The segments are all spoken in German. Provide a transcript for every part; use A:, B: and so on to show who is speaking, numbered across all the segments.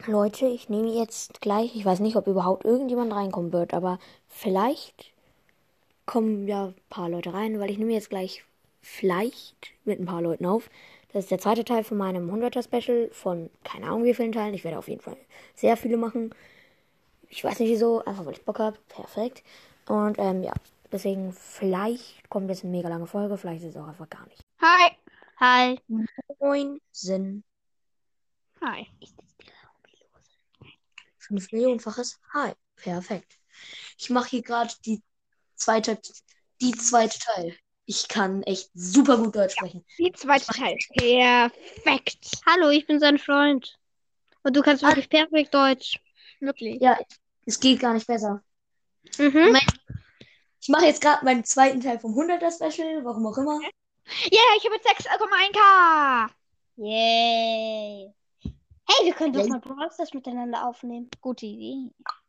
A: Leute, ich nehme jetzt gleich, ich weiß nicht, ob überhaupt irgendjemand reinkommen wird, aber vielleicht kommen ja ein paar Leute rein, weil ich nehme jetzt gleich vielleicht mit ein paar Leuten auf. Das ist der zweite Teil von meinem 100er-Special von keine Ahnung wie vielen Teilen. Ich werde auf jeden Fall sehr viele machen. Ich weiß nicht wieso, einfach weil ich Bock habe. Perfekt. Und ja, deswegen vielleicht kommt jetzt eine mega lange Folge, vielleicht ist es auch einfach gar nicht.
B: Hi. Hi.
A: Moin, Sinn.
B: Hi.
A: 5 Millionenfaches Hi. Perfekt. Ich mache hier gerade zweite, die zweite Teil. Ich kann echt super gut Deutsch sprechen.
B: Die
A: Ich
B: zweite
A: mache
B: Teil. Perfekt.
C: Hallo, ich bin sein Freund. Und du kannst
A: Ah,
C: wirklich perfekt Deutsch.
B: Wirklich.
A: ja, es geht gar nicht besser.
C: Mhm.
A: Moment, ich mache jetzt gerade meinen zweiten Teil vom 100er Special, warum auch immer.
B: Yeah, ich habe jetzt 6,1K.
C: Yay. Hey, wir können doch
A: Ja,
C: mal Brawl Stars miteinander aufnehmen.
B: Gute Idee.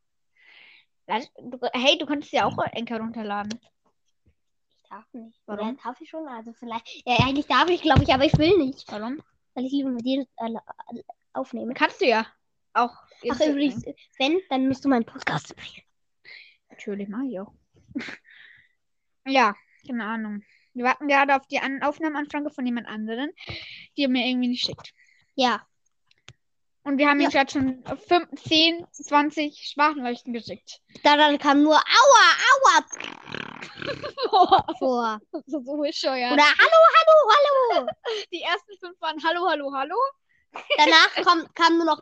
B: Hey, du könntest ja auch Enker runterladen.
C: Ich darf nicht.
B: Warum?
C: Ja, darf ich schon. Also vielleicht. Ja, eigentlich darf ich, glaube ich, aber ich will nicht.
B: Warum?
C: Weil ich lieber mit dir aufnehme.
B: Kannst du ja. Auch.
C: Ach, übrigens, wenn, dann musst du meinen Podcast empfehlen.
B: Natürlich, mach ich auch. Ja, keine Ahnung. Wir warten gerade auf die Aufnahmeanfrage von jemand anderen, die er mir irgendwie nicht schickt.
C: Ja.
B: Und wir haben
C: Ja.
B: ihm gerade schon 10, 20 Sprachnachrichten geschickt.
C: Dann kam nur Aua, Aua vor.
B: So bescheuert.
C: Oder Hallo, Hallo, Hallo.
B: Die ersten 5 waren Hallo, Hallo, Hallo.
C: Danach kam nur noch.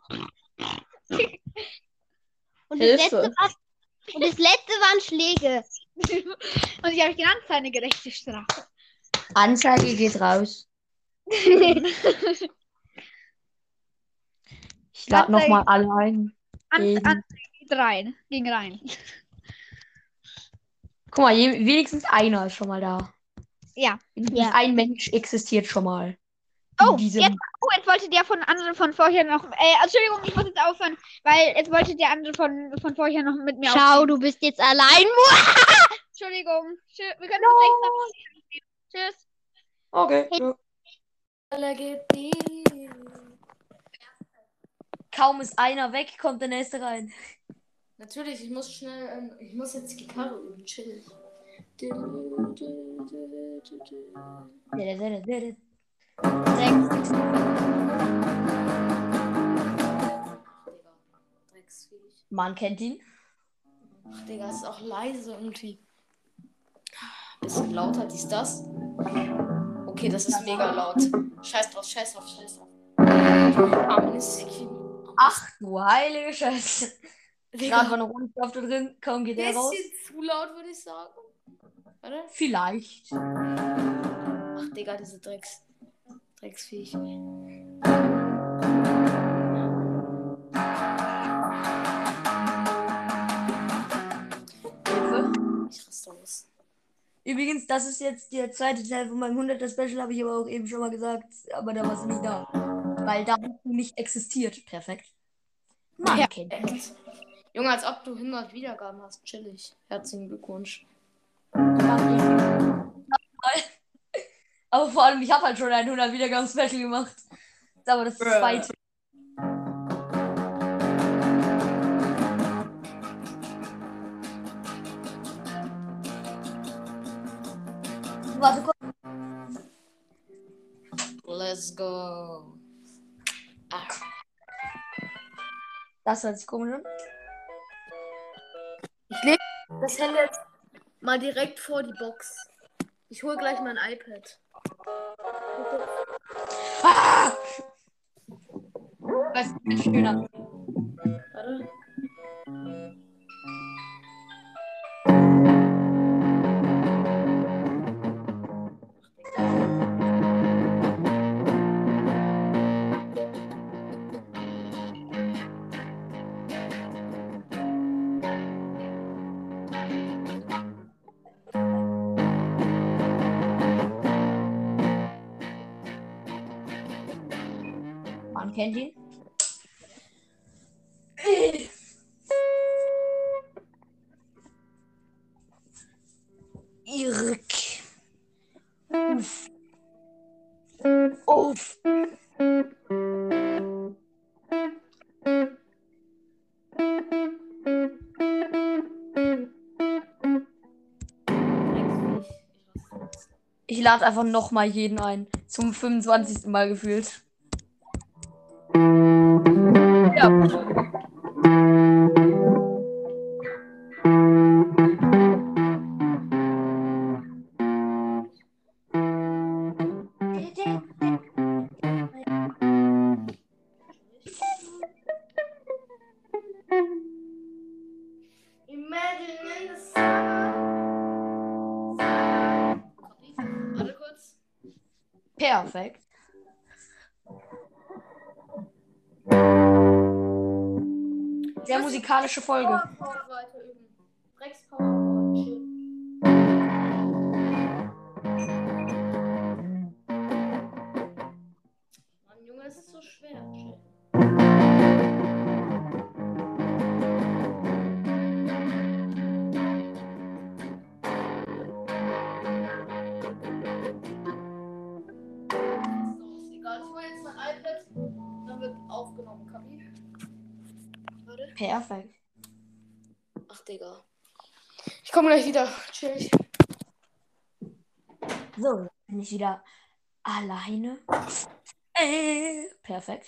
C: Und
A: Hilfe.
C: das letzte waren Schläge.
B: Und ich habe genannt, seine gerechte Strafe.
A: Anzeige geht raus. Ich lade nochmal alle ein.
B: Anzeige geht rein. Ging rein.
A: Guck mal, wenigstens einer ist schon mal da.
B: Ja.
A: Wenigstens ein Mensch existiert schon mal.
B: Oh, jetzt wollte der von vorher noch. Entschuldigung, ich muss jetzt aufhören, weil jetzt wollte der andere von vorher noch mit mir
C: Schau,
B: aufnehmen.
C: du bist jetzt allein.
B: Entschuldigung. Wir können uns extra. Tschüss.
A: Okay. Kaum ist einer weg, kommt der nächste rein.
D: Natürlich, ich muss schnell, ich muss jetzt Gitarre üben, chill. Drecksviech.
A: Man kennt ihn.
D: Ach, Digga, ist auch leise irgendwie. Bisschen lauter, dies, das. Okay, das ist mega laut. Scheiß drauf, scheiß drauf, scheiß drauf. Amnesty.
A: Ach du heilige Scheiße.
D: Digga,
A: Gerade war noch Unkraft da drin, kaum geht er raus.
D: bisschen zu laut, würde ich sagen. Warte.
A: Vielleicht.
D: Ach, Digga, diese Drecksviech.
A: Hilfe.
D: Ich raste aus.
A: Übrigens, das ist jetzt der zweite Teil von meinem 100er Special, habe ich aber auch eben schon mal gesagt. Aber da war es nie da. Weil da nicht existiert. Perfekt. Man kennt ihn.
D: Perfekt. Junge, als ob du 100 Wiedergaben hast. Chillig. Herzlichen Glückwunsch.
A: Aber vor allem, ich habe halt schon ein 100 Wiedergaben-Special gemacht. Aber das zweite. Warte kurz.
D: Let's go. Ah.
A: Das hört sich komisch an.
D: Ich lege das Handy jetzt mal direkt vor die Box. Ich hole gleich mein iPad.
A: Ah! Was ist schöner?
D: Warte.
A: Man kennt ihn. Irk. Uff. Uff.
D: Ich lade einfach nochmal jeden ein. Zum 25. Mal gefühlt. Ja.
E: Imagine in the summer. Warte kurz.
D: Perfekt. Sehr musikalische Folge.
E: Powerchord weiter üben. Rex Powerchord. Chill. Mann, Junge, das ist so schwer. Chill. Ist egal, ich hole jetzt mein iPad. Dann wird aufgenommen, Kapi. Warte.
D: Perfekt.
E: Ach, Digga. Ich komme gleich wieder. Chill.
D: So, bin ich wieder alleine. Perfekt.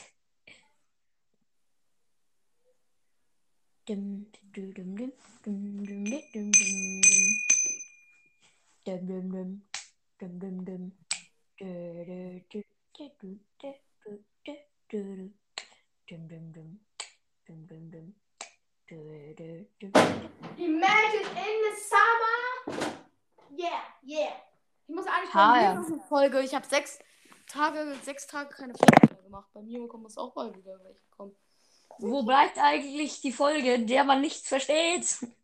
D: Dum, dum, dum, dum, dum, dum, dum, dum, dum. Dum, dum, dum. Dum, dum, dum. Du, du, du, du, du, du, du, du, du. Dum, dum, dum. Dum, dum, dum. Du, du, du, du.
E: Imagine in the summer. Yeah, yeah. Ich muss eigentlich
D: Ah,
E: bei mir
D: ja.
E: noch eine Folge. Ich habe 6 Tage keine Folge mehr gemacht. Bei mir muss auch bald wieder welche kommen.
D: Wo bleibt eigentlich die Folge, in der man nichts versteht?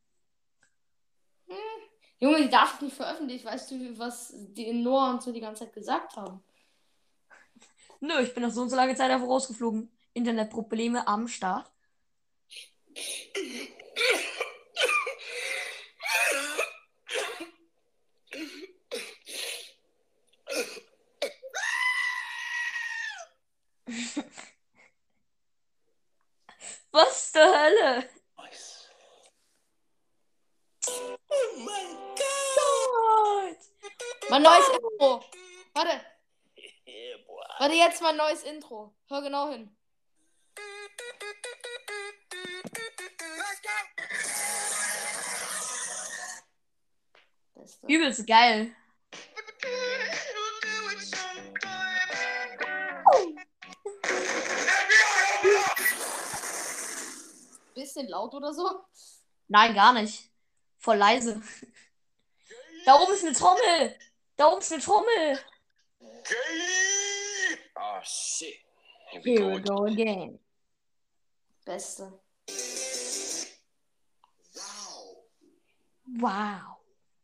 E: Junge, die darf ich nicht veröffentlichen. Weißt du, was die Noah und so die ganze Zeit gesagt haben?
D: Nö, ich bin nach so und so lange Zeit einfach rausgeflogen. Internetprobleme am Start. Was zur Hölle? Gott.
E: Mein neues Intro. Warte. Warte, jetzt mein neues Intro. Hör genau hin. Beste.
D: Übelst geil.
E: Bisschen laut oder so?
D: Nein, gar nicht. Voll leise. Da oben ist eine Trommel. Da oben ist eine Trommel.
F: Oh shit.
D: Here we go again.
E: Beste.
D: Wow.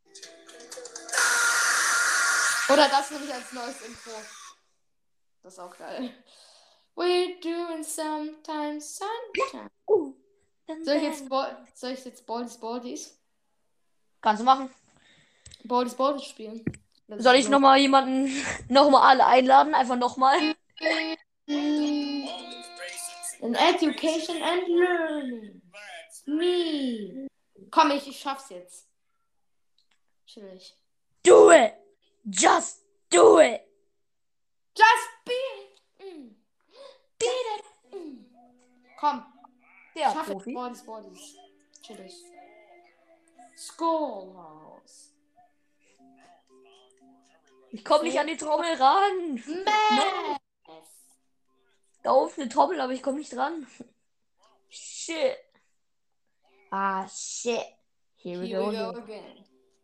E: Oder das nehme ich als neues Intro. Das ist auch geil. We're doing sometimes sunshine. Soll ich jetzt Baldies?
D: Kannst du machen.
E: Baldies spielen? Das
D: Soll
E: ist
D: ich nochmal jemanden, nochmal alle einladen? Einfach nochmal.
E: In education and learning. Me. Komm, ich schaff's jetzt. Chillig.
D: Do it. Just do it.
E: Just be it. Be it. Komm,
D: Der
E: schaff
D: Profi.
E: jetzt Baldies. Chillig. Schoolhouse.
D: Ich komme nicht an die Trommel ran.
E: Math.
D: Da oben ist eine Trommel, aber ich komme nicht dran. Shit. Ah, shit. Here we go again.
E: again.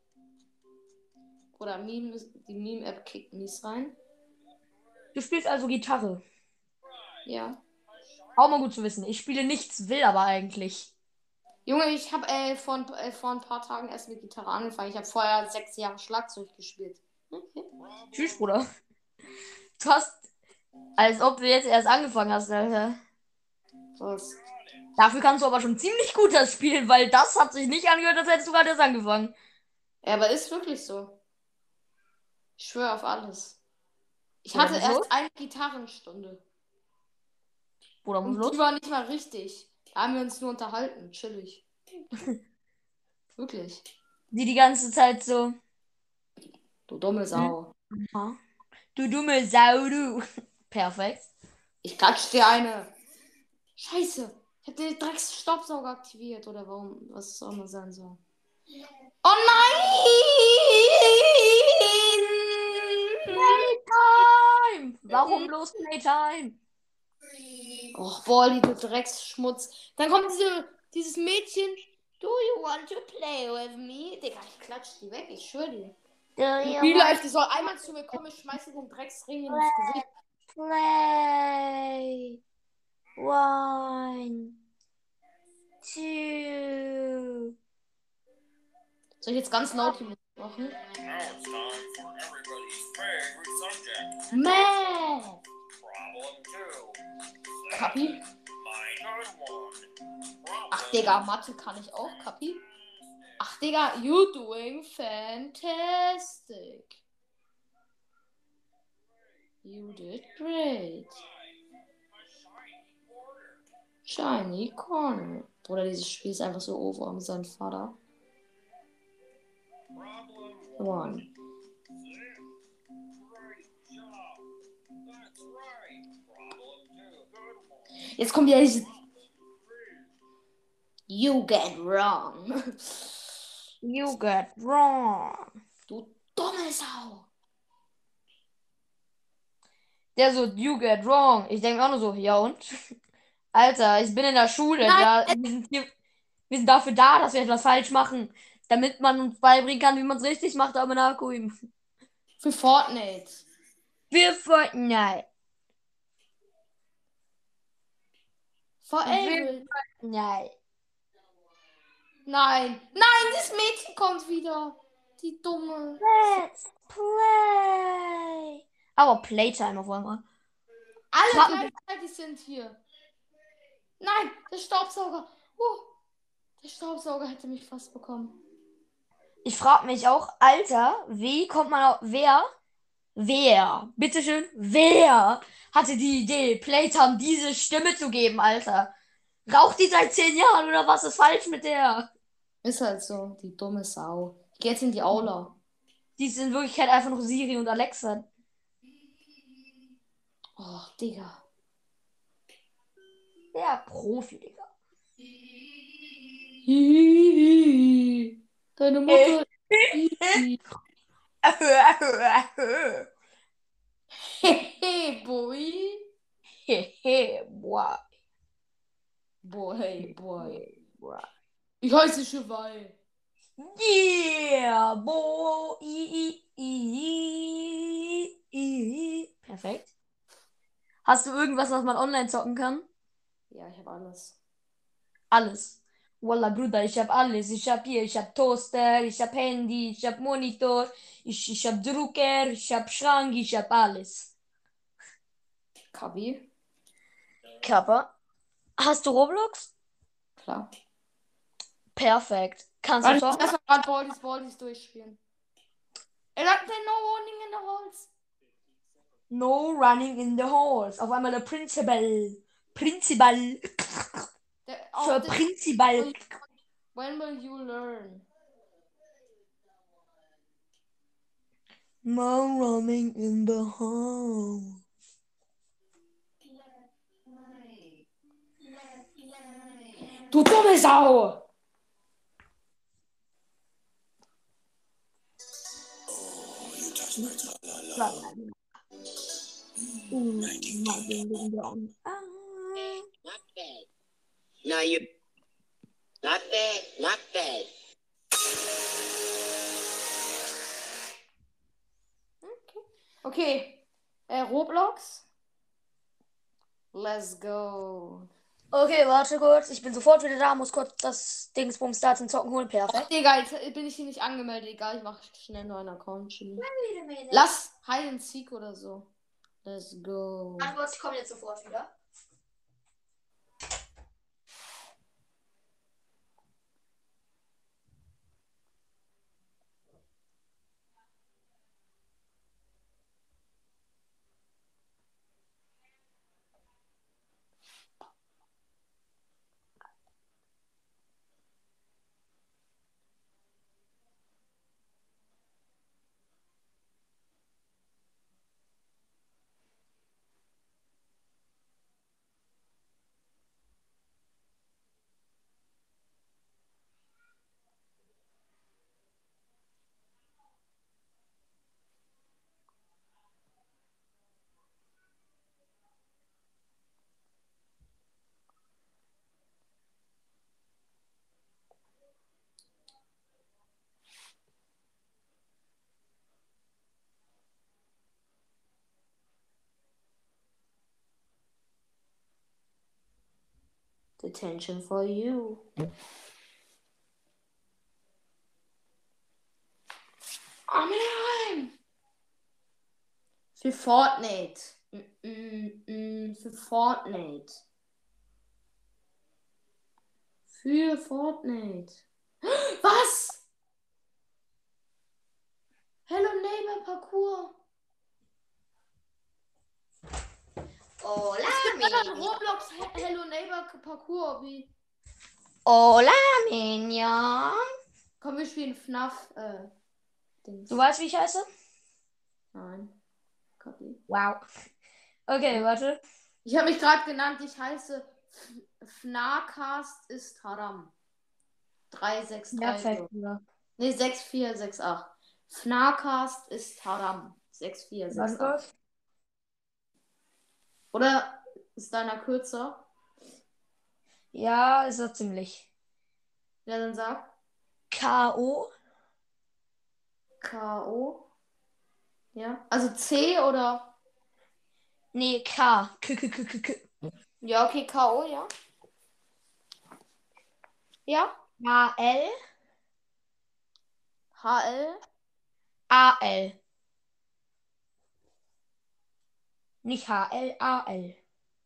E: Oder die Meme-App kickt mies rein.
D: Du spielst also Gitarre.
E: Ja.
D: Auch mal gut zu wissen. Ich spiele nichts, will aber eigentlich.
E: Junge, ich habe vor ein paar Tagen erst mit Gitarre angefangen. Ich habe vorher 6 Jahre Schlagzeug gespielt. Okay.
D: Tschüss, Bruder. Du hast, als ob du jetzt erst angefangen hast, Alter.
E: Was?
D: Dafür kannst du aber schon ziemlich gut das spielen, weil das hat sich nicht angehört, als hättest du gerade erst angefangen.
E: Ja, aber ist wirklich so. Ich schwöre auf alles. Ich
D: Oder
E: hatte
D: was
E: erst
D: los?
E: eine Gitarrenstunde.
D: Bruder, muss
E: Und
D: los.
E: die war nicht mal richtig. Da haben wir uns nur unterhalten. Chillig. Wirklich.
D: Die ganze Zeit so.
E: Du dumme Sau.
A: Ja. Du dumme Sau, du. Perfekt.
E: Ich klatsch dir eine. Scheiße. Ich hab den Drecksstaubsauger aktiviert. Oder warum? Was es auch immer sein soll. Oh nein!
A: Playtime! Warum bloß Playtime?
E: Och, Baldi, du Drecksschmutz. Dann kommt dieses Mädchen. Do you want to play with me? Digga, ich klatsch die weg. Ich schwöre dir. Real Life, die soll einmal zu mir kommen. Ich schmeiße den Drecksring ins Gesicht.
A: Play. 1, 2.
E: Soll ich jetzt ganz laut die Musik machen?
F: Now it's time for everybody's favorite subject.
E: Mäh!
F: Problem 2.
E: Kapi?
F: My good one. Problem
E: Ach, Digga, Mathe kann ich auch, Kapi? Ach, Digga, you doing fantastic. You did great. Shiny Corner. Bruder, dieses Spiel ist einfach so over um seinen Vater. One.
F: Great job. That's right. Problem 2. Good one.
E: Jetzt kommt ja diese. You get wrong.
A: You got wrong.
E: Du dumme Sau.
A: Der so, you get wrong. Ich denke auch nur so, ja und? Alter, ich bin in der Schule.
E: Nein.
A: Ja, wir sind dafür da, dass wir etwas falsch machen. Damit man uns beibringen kann, wie man es richtig macht, aber nachgucken.
E: Für Fortnite.
A: Wir Fortnite.
E: Forever.
A: Nein.
E: Nein. Nein, das Mädchen kommt wieder. Die dumme.
A: Let's play. Aber Playtime auf einmal.
E: Alle
A: Warten.
E: gleichzeitig sind hier. Nein, der Staubsauger. Der Staubsauger hätte mich fast bekommen.
A: Ich frage mich auch, Alter, wie kommt man auf. Bitteschön, wer hatte die Idee, Playtime diese Stimme zu geben, Alter? Raucht die seit 10 Jahren oder was ist falsch mit der?
E: Ist halt so, die dumme Sau. Ich geh jetzt in die Aula.
A: Die sind in Wirklichkeit einfach nur Siri und Alexa.
E: Oh, Digga.
A: Der Profi, Digga.
E: Hihihi. Deine Mutter. Hehe, boy.
A: Hehe, boah.
E: Boy.
A: Boah.
E: Ich heiße Cheval.
A: Yeah, boy. Perfekt. Hast du irgendwas, was man online zocken kann?
E: Ja, ich habe alles.
A: Alles. Wallah, Bruder, ich hab alles. Ich hab Toaster, ich hab Handy, ich hab Monitor, ich hab Drucker, ich hab Schrank, ich hab alles.
E: Kabi.
A: Kappa. Hast du Roblox?
E: Klar.
A: Perfekt. Kannst du
E: Warte, ich muss
A: zocken?
E: erstmal gerade Baldies durchspielen. Er sagt no warning in the halls.
A: No running in the halls. Auf einmal der Principal. Principal. Für Principal.
E: When will you learn?
A: No running in the halls.
E: Du dumme Sau!
G: Not bad. Now you. Not bad. Not bad.
E: Okay. Roblox. Let's go.
A: Okay, warte kurz. Ich bin sofort wieder da. Muss kurz das Dingsbums da zum Zocken holen.
E: Ach,
A: Perfekt.
E: Digga, jetzt bin ich hier nicht angemeldet. Egal, ich mache schnell einen neuen Account. Chili. Lass Hide and Seek oder so. Let's go.
A: Antwort, ich komme jetzt sofort wieder.
E: Detention for you. Armin! Für Fortnite. Für Fortnite. Für Fortnite. Was? Hello Neighbor Parkour.
A: Hola,
E: Roblox Hello Neighbor Parkour. Wie?
A: Hola, Minion.
E: Komm, wir spielen FNAF. Dings.
A: Du weißt, wie ich heiße?
E: Nein. Copy.
A: Wow. Okay, warte.
E: Ich habe mich gerade genannt. Ich heiße FNACast ist Haram. 363.
A: Perfekt, ja.
E: Ne, 6468. FNACast ist Haram.
A: Warte
E: 6468.
A: kurz.
E: Oder ist deiner kürzer?
A: Ja, ist so ziemlich.
E: Ja, dann sag.
A: K.O.
E: K.O. Ja. Also C oder?
A: Nee, K.
E: Ja, okay, K.O., ja. Ja.
A: H.L.
E: H.L.
A: A.L. Nicht H.L. A.L.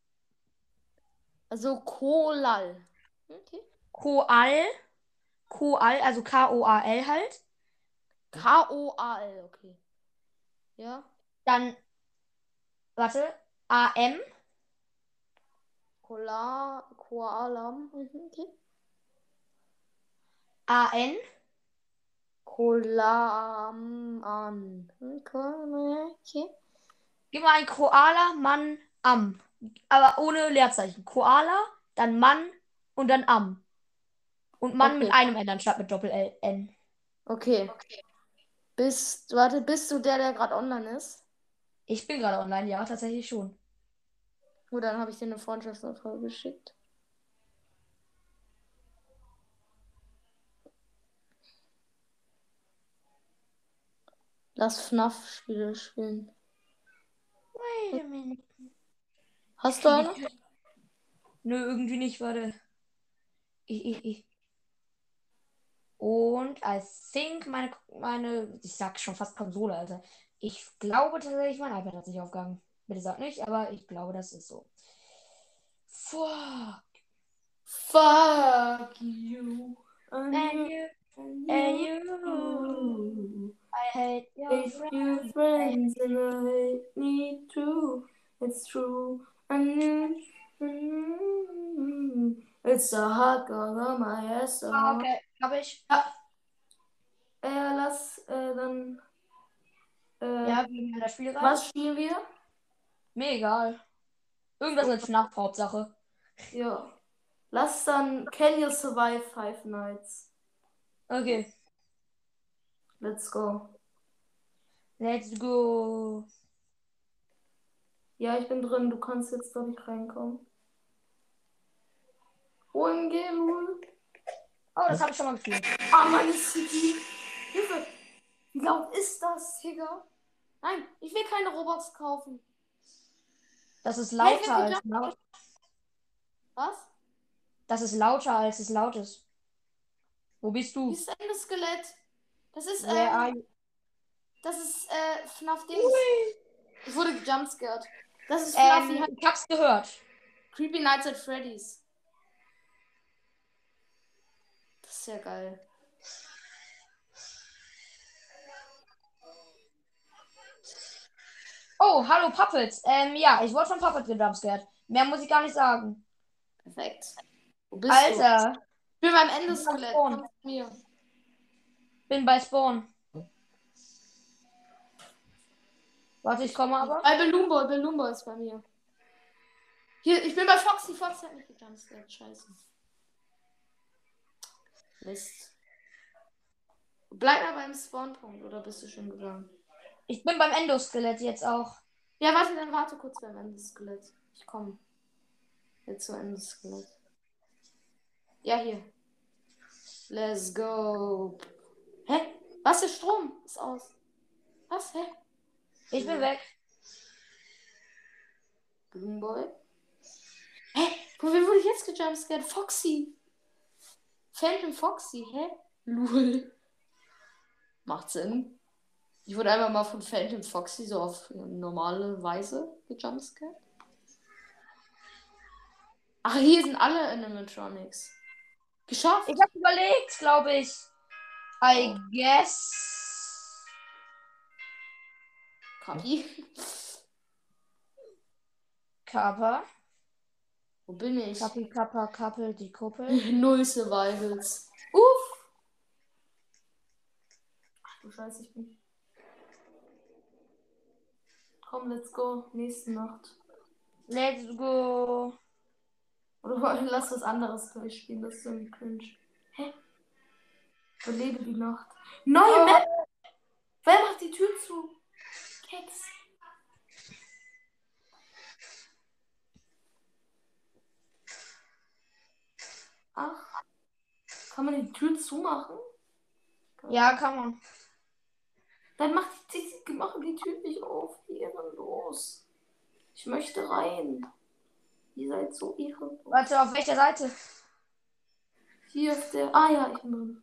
E: Also Kolal. Okay.
A: Koal. Koal, also K.O.A.L. halt.
E: K.O.A.L. Okay. Ja.
A: Dann, warte, A.M.
E: Koalam. Okay.
A: A.N.
E: Kolam an. Okay.
A: Gib mal ein Koala, Mann, Am. Aber ohne Leerzeichen. Koala, dann Mann und dann Am. Und Mann mit
E: Okay.
A: einem N anstatt mit Doppel-N.
E: Okay. Bist du der gerade online ist?
A: Ich bin gerade online, ja, tatsächlich schon.
E: Gut, dann habe ich dir eine Freundschaftsanfrage geschickt. Lass FNAF-Spiele spielen.
A: Wait a minute.
E: Hast du eine?
A: Nö, irgendwie nicht, warte. Ich. Und I think ich sag schon fast Konsole, Alter. Ich glaube tatsächlich, mein iPad hat sich aufgehangen. Bitte sag nicht, aber ich glaube, das ist so. Fuck.
E: Fuck you.
A: And you. I hate your friends.
E: friends and I need to. It's true. It's a hot girl on my ass.
A: Ah, okay, hab ich.
E: Lass dann.
A: Ja, wie in das Spiel rein.
E: Was spielen wir?
A: Mir egal. Irgendwas mit FNAF, Hauptsache.
E: Ja. Lass dann Can You Survive Five Nights?
A: Okay,
E: Let's go.
A: let's go.
E: Ja, ich bin drin. Du kannst jetzt doch nicht reinkommen. OMG,
A: Oh, das habe ich schon mal gespielt.
E: Ah, meine City. Hilfe. Wie laut ist das, Digga? Nein, ich will keine Robots kaufen.
A: Das ist
E: Hey,
A: lauter als laut.
E: Was?
A: Das ist lauter als es laut ist. Wo bist
E: Wie
A: du?
E: ist denn das Skelett? Das ist,
A: Where are you?
E: das ist, FNAF Dings. Ich wurde gejumpscared. Das ist FNAF, wie heißt
A: Ich hab's gehört.
E: Creepy Nights at Freddy's. Das ist ja geil.
A: Oh, hallo Puppets. Ja, ich wurde von Puppet gejumpscared. Mehr muss ich gar nicht sagen.
E: Perfekt. Wo bist du?
A: Alter,
E: Ich bin beim Endeskelett.
A: Spawn.
E: Komm zu mir.
A: bin bei Spawn. Warte, ich komme aber.
E: Bei Belumbo ist bei mir. Hier, ich bin bei Foxy. Foxy hat mich gejumpscared. Scheiße. Mist. Bleib mal beim Spawnpunkt, oder bist du schon gegangen?
A: Ich bin beim Endoskelett jetzt auch.
E: Ja, warte, dann warte kurz beim Endeskelett. Ich komme. Jetzt zum Endeskelett. Ja, hier. Let's go. Hä? Was ist Strom? Ist aus. Was? Hä?
A: Ich bin weg.
E: Bloomboy. Hä? Wo ich jetzt gejumpscared? Foxy. Phantom Foxy, hä? Lul. Macht Sinn. Ich wurde einfach mal von Phantom Foxy so auf normale Weise gejumpscared. Ach, hier sind alle Animatronics. Geschafft.
H: Ich habe überlegt, glaube ich. I guess.
E: Kapi.
H: Kappa.
E: Wo bin ich?
H: Kappi, Kappa, Kappel, die Kuppel.
E: Null Survivals. Uff. Ach du Scheiße, ich bin. Komm, let's go. Nächste Nacht.
H: Let's go.
E: Oder lass was anderes durchspielen. Das ist irgendwie cringe. Hä? Überlebe die Nacht. Neue Map! Wer macht die Tür zu? Keks. Ach. Kann man die Tür zumachen?
H: Ja, kann man.
E: Dann macht die Tür nicht auf. Ehrenlos. Ich möchte rein. Ihr seid so ehrenlos.
H: Warte, auf welcher Seite?
E: Hier auf der. Ah ja, ich bin drin.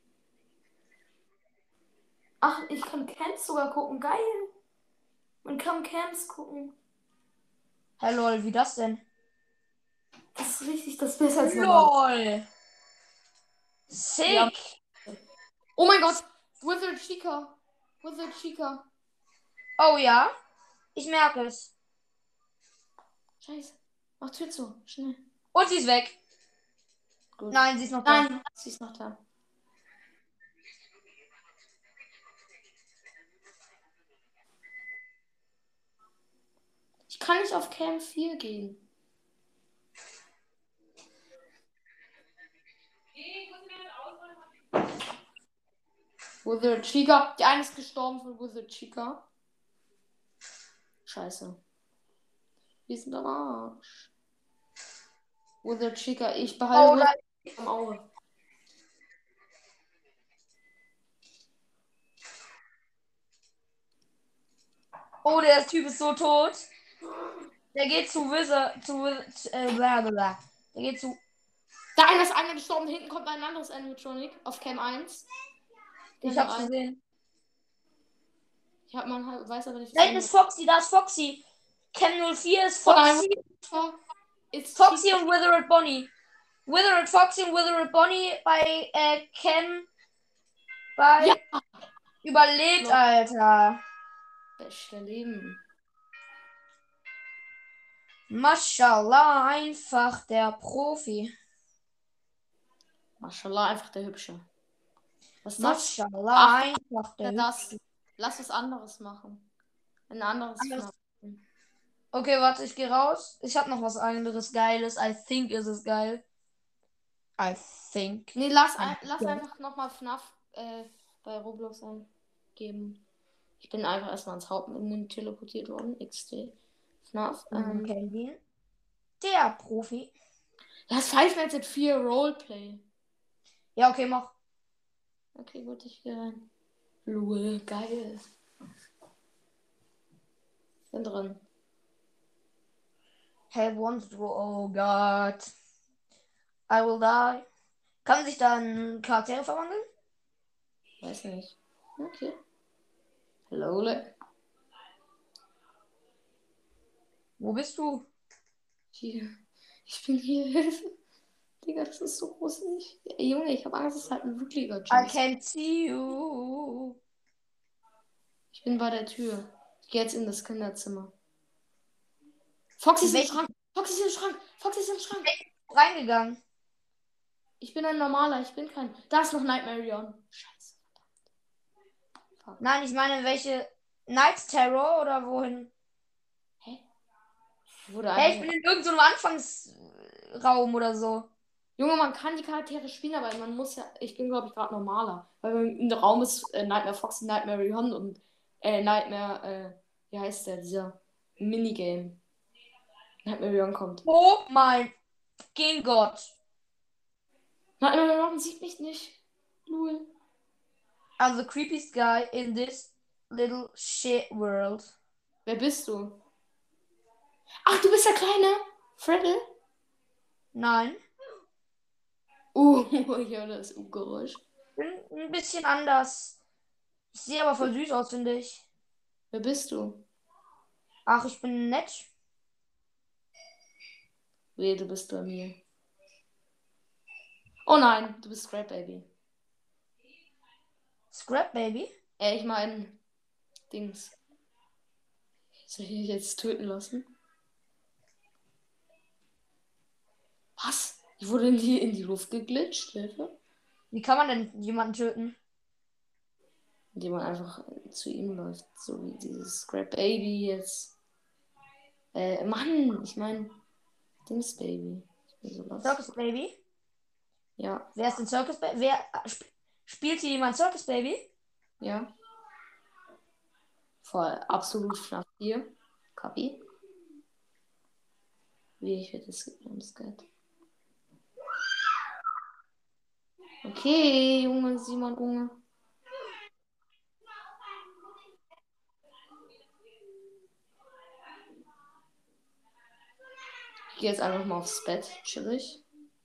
E: Ach, ich kann Camps sogar gucken. Geil. Man kann Camps gucken.
H: Hey, lol, wie das denn?
E: Das ist richtig, das ist besser als normal.
H: LOL. Sick.
E: Ja. Oh mein Gott. Wizard Chica. Wizard Chica.
H: Oh ja, ich merke es.
E: Scheiße. Mach Tür zu. Schnell.
H: Und sie ist weg.
E: Gut.
H: Nein, sie ist noch da.
E: Nein, sie ist noch da. Ich kann nicht auf Camp 4 gehen. Wizard Chica. Die eine ist gestorben von Wizard Chica. Scheiße. Wir sind am Arsch. Wizard Chica. Ich behalte Wizard im Auge.
H: Oh, der Typ ist so tot. Der geht zu Wizard. Blablabla. Der geht zu.
E: Da einer ist einer gestorben. Hinten kommt ein anderes Animatronic auf Cam 1.
H: Ich hab's gesehen.
E: Ich hab mal weiß aber nicht.
H: Da hinten ist Foxy, da ist Foxy. Cam 04 ist Foxy.
E: It's
H: Foxy und Withered Bonnie. Withered Foxy und Withered Bonnie bei Cam. Bei.
E: Ja.
H: Überlebt,
E: Ja.
H: Alter.
E: Beste Leben.
H: Mashallah, einfach der Profi.
E: Mashallah, einfach der Hübsche. Was ist das?
H: Mashallah,
E: Ach,
H: einfach der
E: das. Lass was anderes machen. Ein anderes.
H: Okay, warte, ich gehe raus. Ich habe noch was anderes Geiles. I think ist es geil. I think.
E: Nee, lass einfach nochmal FNAF bei Roblox eingeben. Ich bin einfach erstmal ins Hauptmenü teleportiert worden. XD. FNAF.
H: Kelvin. Der Profi.
E: Lass Five Nights at 4 Roleplay.
H: Ja, okay, mach.
E: Okay, gut, ich gehe rein. Lul, geil. Bin drin.
H: Hey, oh Gott. I will die. Kann sich dann Charaktere verwandeln?
E: Weiß nicht. Okay. Hello.
H: Wo bist du?
E: Hier. Ich bin hier. Digga, das ist so groß. Junge, ich habe Angst, es ist halt ein wirklicher
H: I
E: Jumpscare.
H: can't see you.
E: Ich bin bei der Tür. Ich gehe jetzt in das Kinderzimmer. Foxy ist im Schrank. Foxy ist im Schrank. Foxy ist im Schrank.
H: Reingegangen.
E: Ich bin ein normaler. Ich bin kein. Da ist noch Nightmare on. Scheiße. Fuck.
H: Nein, ich meine, welche Night Terror oder wohin?
E: Hä? Wurde
H: Hey, ich
E: einfach...
H: bin in irgendeinem Anfangsraum oder so.
E: Junge, man kann die Charaktere spielen, aber man muss ja. Ich bin, glaube ich, gerade normaler. Weil im Raum ist Nightmare Foxy, Nightmare on und Nightmare. Wie heißt der? Dieser Minigame. Nightmare on kommt.
H: Oh mein Gott.
E: Nightmare on sieht mich nicht. Lul.
H: I'm the creepiest guy in this little shit world.
E: Wer bist du? Ach, du bist der kleine Freddle?
H: Nein.
E: Ja, das U-Geräusch.
H: Bin ein bisschen anders. Ich sehe aber voll süß aus, finde ich.
E: Wer bist du?
H: Ach, ich bin nett.
E: Weh, du bist bei mir. Oh nein, du bist Scrap Baby.
H: Scrap Baby.
E: Ich meine, Dings. Soll ich dich jetzt töten lassen? Was? Ich wurde in die Luft geglitscht, Hilfe.
H: Wie kann man denn jemanden töten?
E: Indem man einfach zu ihm läuft. So wie dieses Scrap Baby jetzt. Mann, ich meine, Dings Baby. Ich bin so lost.
H: Circus Baby?
E: Ja,
H: Wer ist denn Circus Baby? Spielt hier jemand Circus Baby?
E: ja. Voll absolut FNAF 4. Kapi. Wie ich werde das Geld. Okay, Junge, Simon, Junge. Ich gehe jetzt einfach mal aufs Bett, chillig.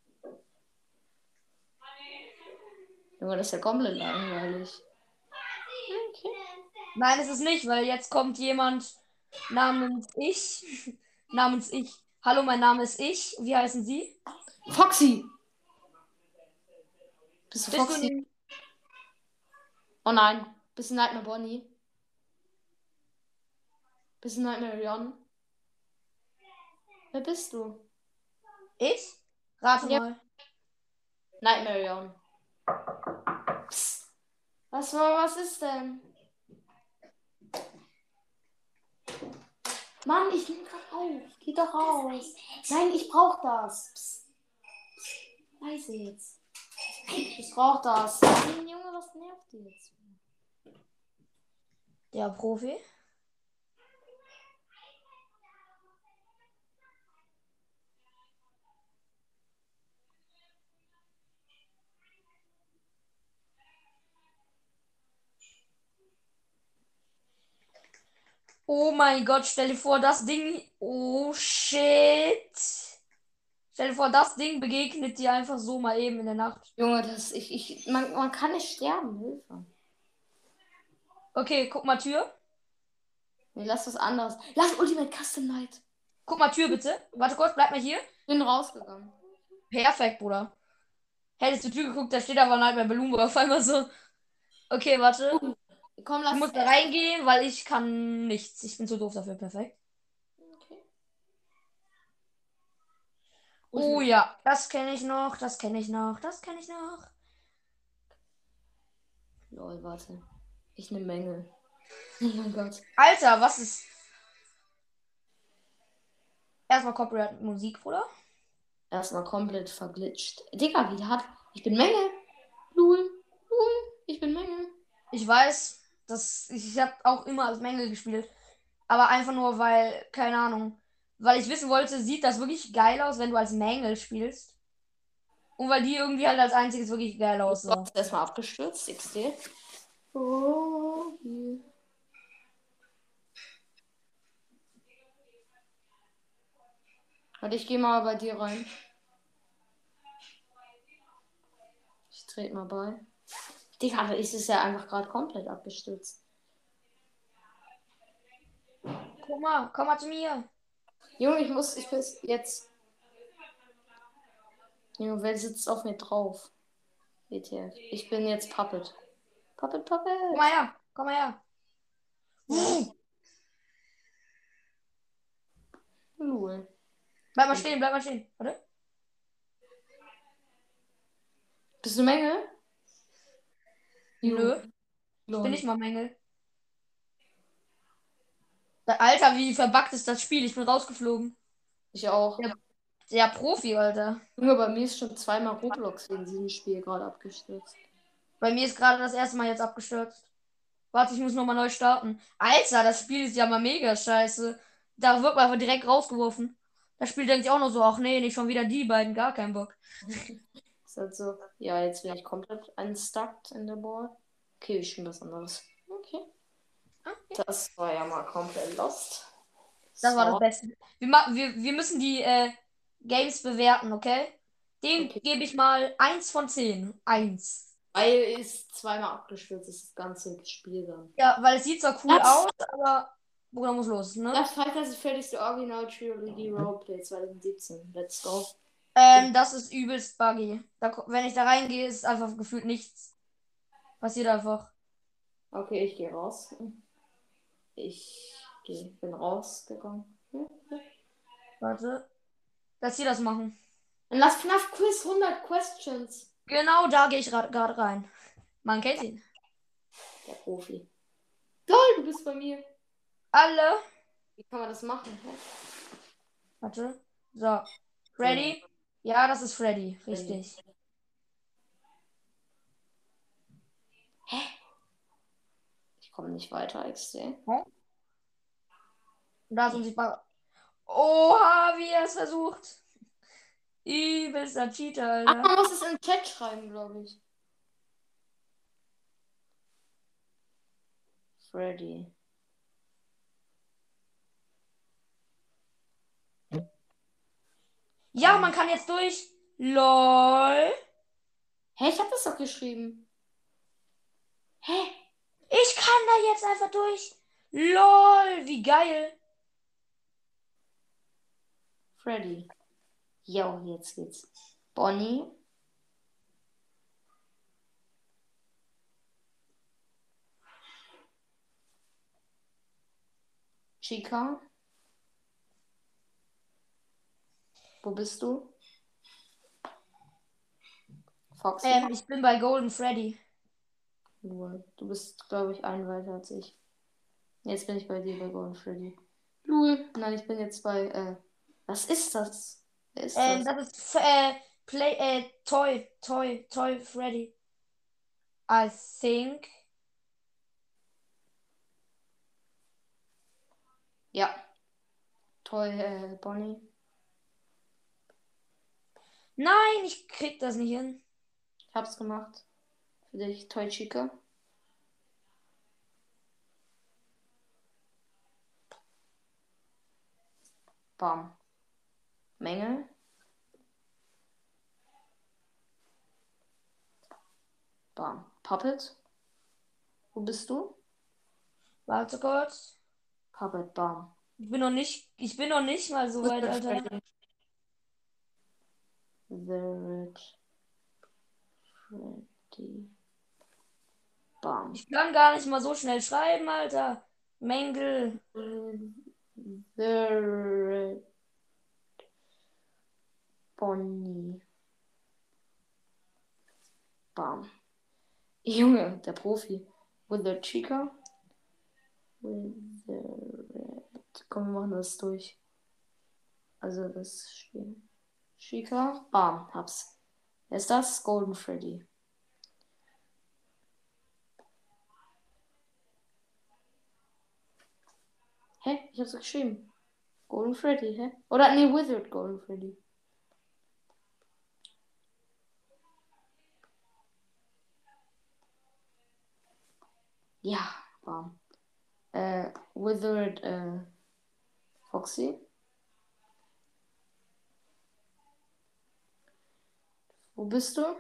E: Junge, das ist ja komplett langweilig. Okay.
H: Nein, ist es nicht, weil jetzt kommt jemand namens ich. Namens ich. Hallo, mein Name ist ich. Wie heißen Sie?
E: Foxy! Bist du
H: Bist
E: Foxy?
H: du
E: Oh nein. Bist du Nightmare Bonnie? Bist du Nightmare Rion? Wer bist du?
H: ich? Rate
E: Ja.
H: mal.
E: Nightmare Rion. Psst. Was ist denn? Mann, ich nehme gerade auf. Geh doch raus. Nein, ich brauch das. Psst. Psst. Leise jetzt. Ich brauch das. Nein, Junge, was nervt dich jetzt?
H: Der Profi. Oh mein Gott, stell dir vor, das Ding. Oh shit. Stell dir vor, das Ding begegnet dir einfach so mal eben in der Nacht.
E: Junge, man kann nicht sterben. Hilfe.
H: Okay, guck mal Tür.
E: Nee, lass was anderes. Lass Ultimate Custom Night.
H: Guck mal Tür bitte. Warte kurz, bleib mal hier.
E: Bin rausgegangen.
H: Perfekt, Bruder. Hättest du Tür geguckt, da steht aber Nightmare Balloon auf einmal so. Okay, warte.
E: Komm,
H: Du
E: lass.
H: musst da reingehen, weil ich kann nichts. Ich bin zu doof dafür. Perfekt.
E: Okay.
H: Oh ja, das kenne ich noch, das kenne ich noch, das kenne ich noch.
E: Lol, warte. Ich nehme Mängel. Oh mein Gott.
H: Alter, was ist. Erstmal Copyright Musik, Bruder.
E: Erstmal komplett verglitscht. Digga, wie hat. Ich bin Mängel. Lul. Ich bin Mängel.
H: Ich weiß, ich habe auch immer als Mängel gespielt. Aber einfach nur, weil, keine Ahnung. Weil ich wissen wollte, sieht das wirklich geil aus, wenn du als Mängel spielst? Und weil die irgendwie halt als einziges wirklich geil
E: Du
H: aussehen.
E: hast erstmal abgestürzt, XD. Oh, yeah. Warte, ich gehe mal bei dir rein. Ich trete mal bei. Digga, aber ist es ja einfach gerade komplett abgestürzt.
H: Guck mal, komm mal zu mir.
E: Junge, ich bin jetzt. Junge, wer sitzt auf mir drauf? WTF. Ich bin jetzt Puppet. Puppet.
H: Komm mal her, komm mal her.
E: Lul.
H: Bleib mal stehen, bleib mal stehen. Warte.
E: Bist du Mängel?
H: Nö, ich
E: Lol.
H: bin nicht mal Mängel. Alter, wie verbuggt ist das Spiel? Ich bin rausgeflogen.
E: Ich auch.
H: Ja. Der Profi, Alter.
E: Junge, bei mir ist schon zweimal Roblox in diesem Spiel gerade abgestürzt.
H: Bei mir ist gerade das erste Mal jetzt abgestürzt. Warte, ich muss nochmal neu starten. Alter, das Spiel ist ja mal mega scheiße. Da wird man einfach direkt rausgeworfen. Das Spiel denkt sich auch noch so, ach nee, nicht schon wieder die beiden, gar keinen Bock.
E: Ist halt so. Ja, jetzt bin ich komplett unstuck in der Ball. Okay, ich spiele was anderes. Okay. Das war ja mal komplett lost.
H: Das war das
E: So.
H: Beste. Wir müssen Games bewerten, okay? Dem
E: Okay.
H: gebe ich mal 1 von 10. 1.
E: Weil ist zweimal abgestürzt, ist das ganze Spiel dann.
H: Ja, weil es sieht zwar cool
E: Das-
H: aus, aber Bruder muss los, ne?
E: Das Final Fantasy fertigste Original Trilogy Roleplay 2017. Let's go.
H: Das ist übelst buggy. Wenn ich da reingehe, ist einfach gefühlt nichts. Passiert einfach.
E: Okay, ich gehe raus. Bin rausgegangen.
H: Warte. Lass sie das machen.
E: Dann lass FNAF Quiz 100 Questions.
H: Genau da gehe ich gerade rein. Man kennt ihn.
E: Der Profi. Toll, du bist bei mir.
H: Alle.
E: Wie kann man das machen? Hä?
H: Warte. So. Ready? Ja, das ist Freddy. Richtig.
E: Ich komme nicht weiter, XD.
H: Und da ist unsichtbar. Oha, wie er es versucht. Übelster Cheater,
E: Ach,
H: Alter.
E: man muss es in den Chat schreiben, glaube ich. Freddy.
H: Ja, man kann jetzt durch. LOL.
E: Hä, ich hab das doch geschrieben. Hä?
H: Ich kann da jetzt einfach durch. LOL, wie geil.
E: Freddy. Jo, jetzt geht's. Bonnie. Chica. Wo bist du? Foxy.
H: Ich bin bei Golden Freddy.
E: Du bist, glaube ich, ein weiter als ich. Jetzt bin ich bei dir bei Golden Freddy. Lul. Nein, ich bin jetzt bei, was ist das? Wer ist das?
H: Das ist Toy Freddy. I think.
E: Ja. Toll, Bonnie.
H: Nein, ich krieg das nicht hin.
E: Ich hab's gemacht. Für dich, Toy Chica. Bam. Mängel. Bam. Puppet. Wo bist du?
H: Warte kurz.
E: Puppet, bam.
H: Ich bin noch nicht mal so weit, Alter.
E: The Red Freddy. Bam.
H: Ich kann gar nicht mal so schnell schreiben, Alter. Mängel.
E: The Red Bonnie. Bam. Junge, der Profi. With the Chica. With the Red. Komm, wir machen das durch. Also das Spiel. Chica. Bam, hab's. Wer ist das? Golden Freddy. Hä? Ich hab's doch geschrieben. Golden Freddy, hä? Oder nee, Wizard Golden Freddy. Ja, bam. Wizard, Foxy. Wo bist du?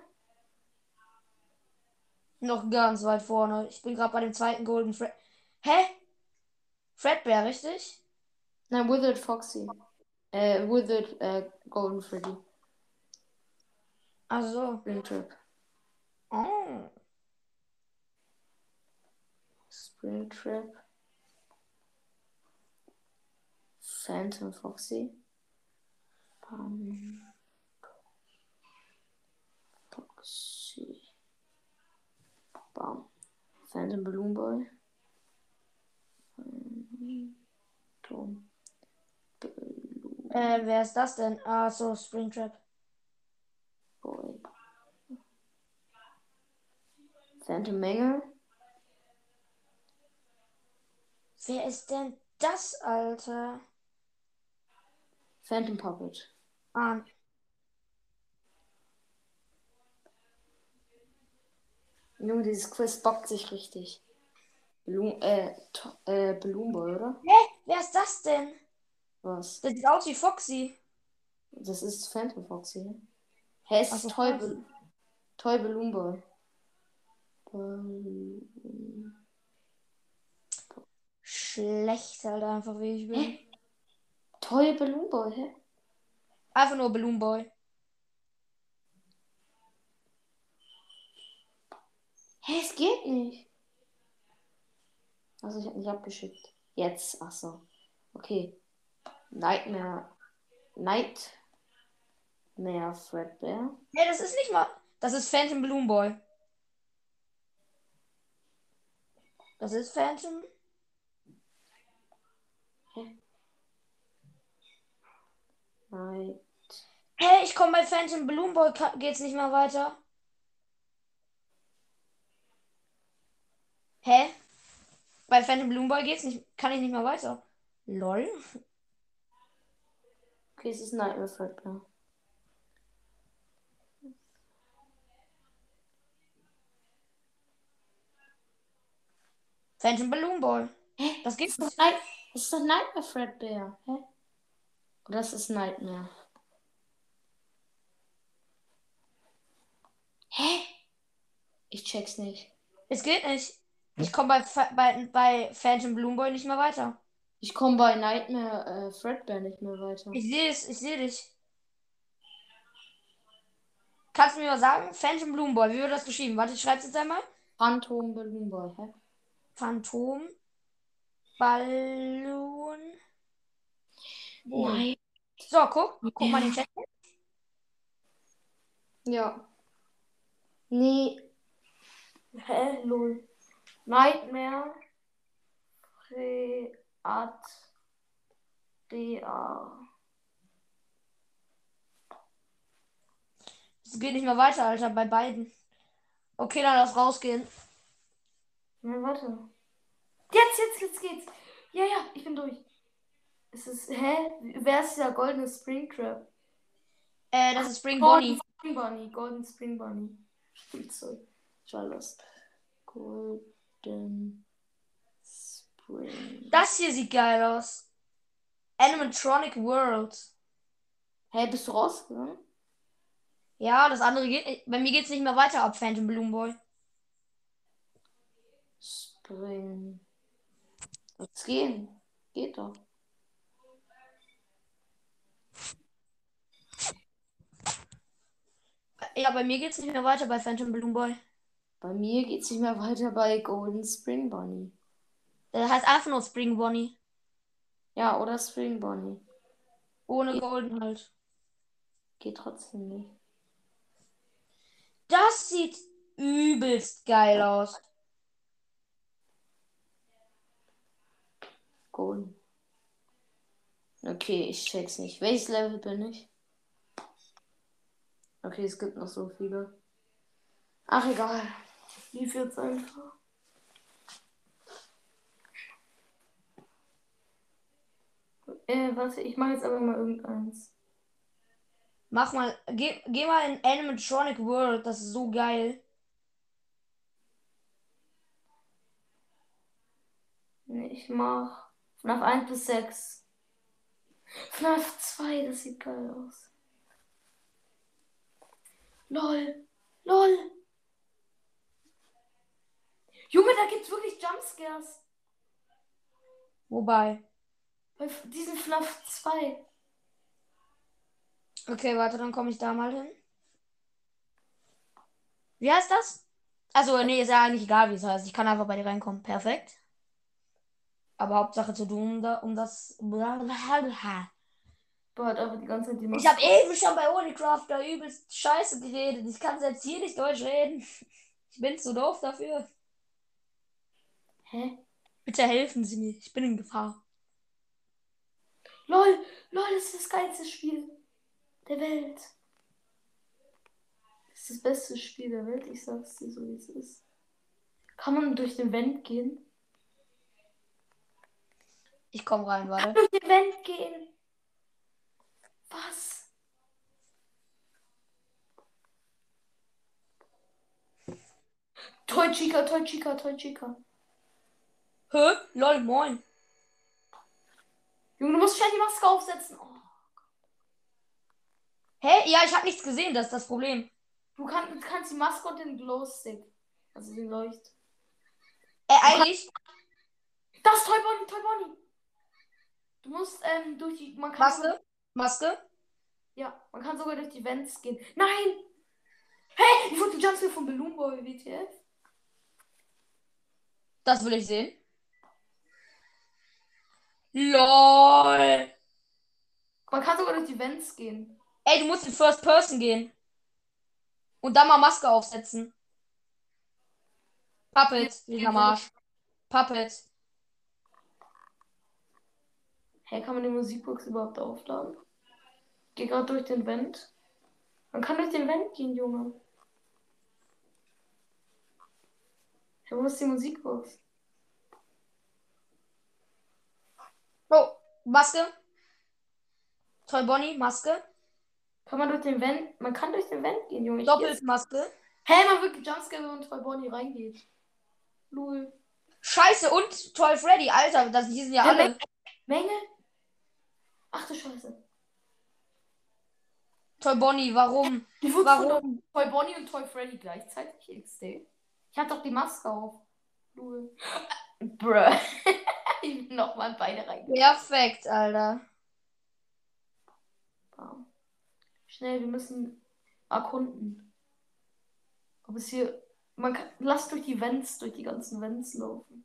H: Noch ganz weit vorne. Ich bin gerade bei dem zweiten Golden Fred. Hä? Fredbear, richtig?
E: Nein, Wizard Foxy. Wizard, Golden Freddy.
H: Also.
E: Springtrap.
H: Oh.
E: Springtrap. Phantom Foxy. Foxy. Bam. Phantom Balloon Boy. Tom.
H: Wer ist das denn? Ah, so, Springtrap.
E: Boy. Phantom Mängel.
H: Wer ist denn das, Alter?
E: Phantom Puppet.
H: Ah,
E: Junge, dieses Quiz bockt sich richtig. Balloon Boy, oder?
H: hä? Wer ist das denn?
E: Was?
H: Der sieht aus wie Foxy.
E: Das ist Phantom Foxy. Ne? Hä, es
H: Ach
E: ist
H: so,
E: Toy Balloon Boy.
H: Schlecht halt einfach, wie ich bin.
E: Toy Balloon Boy, hä?
H: Einfach nur Balloon Boy.
E: Hä, es geht nicht. Also ich habe nicht abgeschickt. Jetzt, ach so. Okay. Nightmare Fredbear.
H: Nee, das ist nicht mal. Das ist Phantom Balloon Boy. Das ist Phantom.
E: Night.
H: Hä, ich komme bei Phantom Balloon Boy, geht's nicht mehr weiter. Hä? Bei Phantom Balloon Boy geht's nicht, kann ich nicht mehr weiter. Lol.
E: Okay, es ist Nightmare Fredbear.
H: Phantom Balloon Boy.
E: Hä?
H: Das gibt's
E: Das ist doch Nightmare Fredbear. Hä? Oder das ist Nightmare. Hä? Ich check's nicht.
H: Es geht nicht. Ich komme bei Phantom Balloon Boy nicht mehr weiter.
E: Ich komme bei Nightmare Fredbear nicht mehr weiter.
H: Ich sehe es, ich sehe dich. Kannst du mir mal sagen? Phantom Balloon Boy, wie wird das geschrieben? Warte, ich schreibe es jetzt einmal.
E: Phantom Balloon Boy, hä?
H: Phantom Balloon Boy.
E: Nein.
H: So, guck mal den Chat.
E: Ja. Nee. Hä? Lol. Nightmare Freat DA.
H: Es geht nicht mehr weiter, Alter, bei beiden. Okay, dann lass rausgehen.
E: Ja, warte. Jetzt geht's. Ja, ich bin durch. Es ist, hä? Wer ist dieser goldene Springtrap?
H: Das ist Spring Bonnie.
E: Golden Spring Bunny. Spielzeug. Ich war lost. Golden Spring.
H: Das hier sieht geil aus. Animatronic World.
E: Hä, bist du rausgegangen?
H: Ja, das andere geht nicht. Bei mir geht's nicht mehr weiter ab Phantom Balloon Boy.
E: Spring. Wird's gehen? Geht doch.
H: Ja, bei mir geht's nicht mehr weiter bei Phantom Balloon Boy.
E: Bei mir geht's nicht mehr weiter bei Golden Spring Bunny.
H: Das heißt einfach nur Spring Bonnie.
E: Ja, oder Spring Bunny.
H: Ohne Golden halt.
E: Geht trotzdem nicht.
H: Das sieht übelst geil aus.
E: Golden. Okay, ich check's nicht. Welches Level bin ich? Okay, es gibt noch so viele. Ach, egal. Lief jetzt einfach. Warte, ich mache jetzt aber mal irgendeins.
H: Mach mal, geh mal in Animatronic World, das ist so geil.
E: Nee, ich mach FNAF 1 bis 6. FNAF 2, das sieht geil aus. LOL. LOL. Junge, da gibt's wirklich Jumpscares.
H: Wobei.
E: Bei diesem FNAF 2.
H: Okay, warte, dann komme ich da mal hin. Wie heißt das? Also, nee, ist ja eigentlich egal, wie es heißt. Ich kann einfach bei dir reinkommen. Perfekt. Aber Hauptsache zu tun, um das.
E: Boah, hat einfach die ganze Zeit die
H: Ich habe eben schon bei Holycraft da übelst scheiße geredet. Ich kann selbst hier nicht Deutsch reden. Ich bin zu doof dafür.
E: Hä?
H: Bitte helfen Sie mir. Ich bin in Gefahr.
E: LOL. LOL, das ist das geilste Spiel der Welt. Das ist das beste Spiel der Welt. Ich sag's dir so, wie es ist. Kann man durch den Vent gehen?
H: Ich komme rein, warte.
E: Durch den Vent gehen. Was? Toy Chica, Toy Chica, Toy Chica.
H: Hä? Lol, moin.
E: Junge, du musst schnell die Maske aufsetzen. Oh.
H: Hä? Ja, ich habe nichts gesehen, das ist das Problem.
E: Du kannst die Maske und den Glowstick. Also den Leucht.
H: Eigentlich,
E: Das ist Toy Bonnie, Toy Bonnie. Du musst durch die. Man kann sogar,
H: Maske.
E: ja, man kann sogar durch die Vents gehen. Nein! Hey, ich wurde ein Jumpscare von Balloon Boy, WTF.
H: Das will ich sehen. LOL.
E: Man kann sogar durch die Vents gehen.
H: Ey, du musst in First Person gehen. Und dann mal Maske aufsetzen. Puppet, dieser Marsch. Puppet.
E: Hey, kann man die Musikbox überhaupt aufladen? Geh gerade durch den Vent. Man kann durch den Vent gehen, Junge. Hey, wo ist die Musikbox?
H: Oh, Maske. Toy Bonnie, Maske.
E: Kann man durch den Vent? Man kann durch den Vent gehen, Junge. Hier ist-
H: Doppelmaske.
E: Hey, man wird Jumpscare, wenn man Toy Bonnie reingeht. Lul.
H: Scheiße, und Toy Freddy, Alter, die sind ja
E: Ja,
H: alle.
E: Menge? Ach du Scheiße.
H: Toy Bonnie, warum?
E: Die wurde
H: Warum?
E: von Toy Bonnie und Toy Freddy gleichzeitig XD. Ich hatte doch die Maske auf. Lul. Bruh. Ich bin nochmal in beide reingegangen.
H: Perfekt, Alter.
E: Schnell, wir müssen erkunden. Ob es hier. Man kann. Lass durch die Vents, durch die ganzen Vents laufen.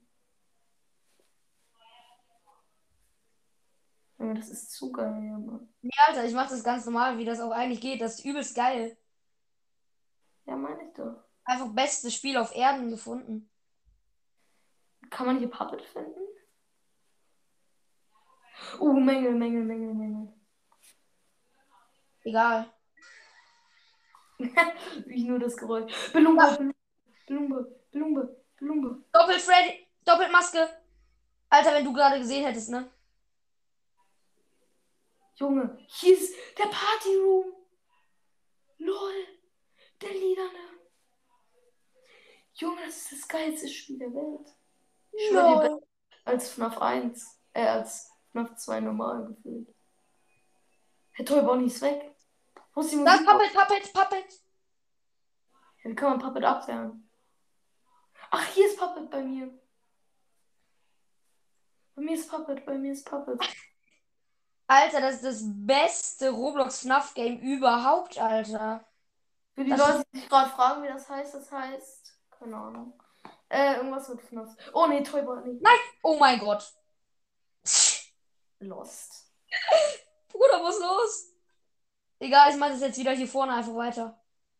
E: Ja, das ist zu geil, ja, Mann.
H: Nee, Alter, ich mach das ganz normal, wie das auch eigentlich geht. Das ist übelst geil.
E: Ja, meine ich doch.
H: Einfach bestes Spiel auf Erden gefunden.
E: Kann man hier Puppet finden? Menge.
H: Egal.
E: Wie nur das Geräusch. Belumba.
H: Doppelt Freddy, doppelt Maske. Alter, wenn du gerade gesehen hättest, ne?
E: Junge, hier ist der Party Room. Lol. Der Lilane. Junge, das ist das geilste Spiel der Welt. Ich schwöre dir, als FNAF 1. Als FNAF 2 normal gefühlt. Herr Toy Bonnie ist weg. Wo ist die
H: Das
E: Musik?
H: Puppet.
E: Ja, wie kann man Puppet abwehren? Ach, hier ist Puppet bei mir. Bei mir ist Puppet.
H: Alter, das ist das beste Roblox FNAF Game überhaupt, Alter.
E: Für die
H: Das
E: Leute, die sich gerade fragen, wie das heißt. Keine Ahnung. Irgendwas mit FNAF. Oh nee, Toy Bonnie.
H: Nein! Oh mein Gott.
E: Lost.
H: Bruder, was ist los? Egal, ich mache das jetzt wieder hier vorne einfach weiter.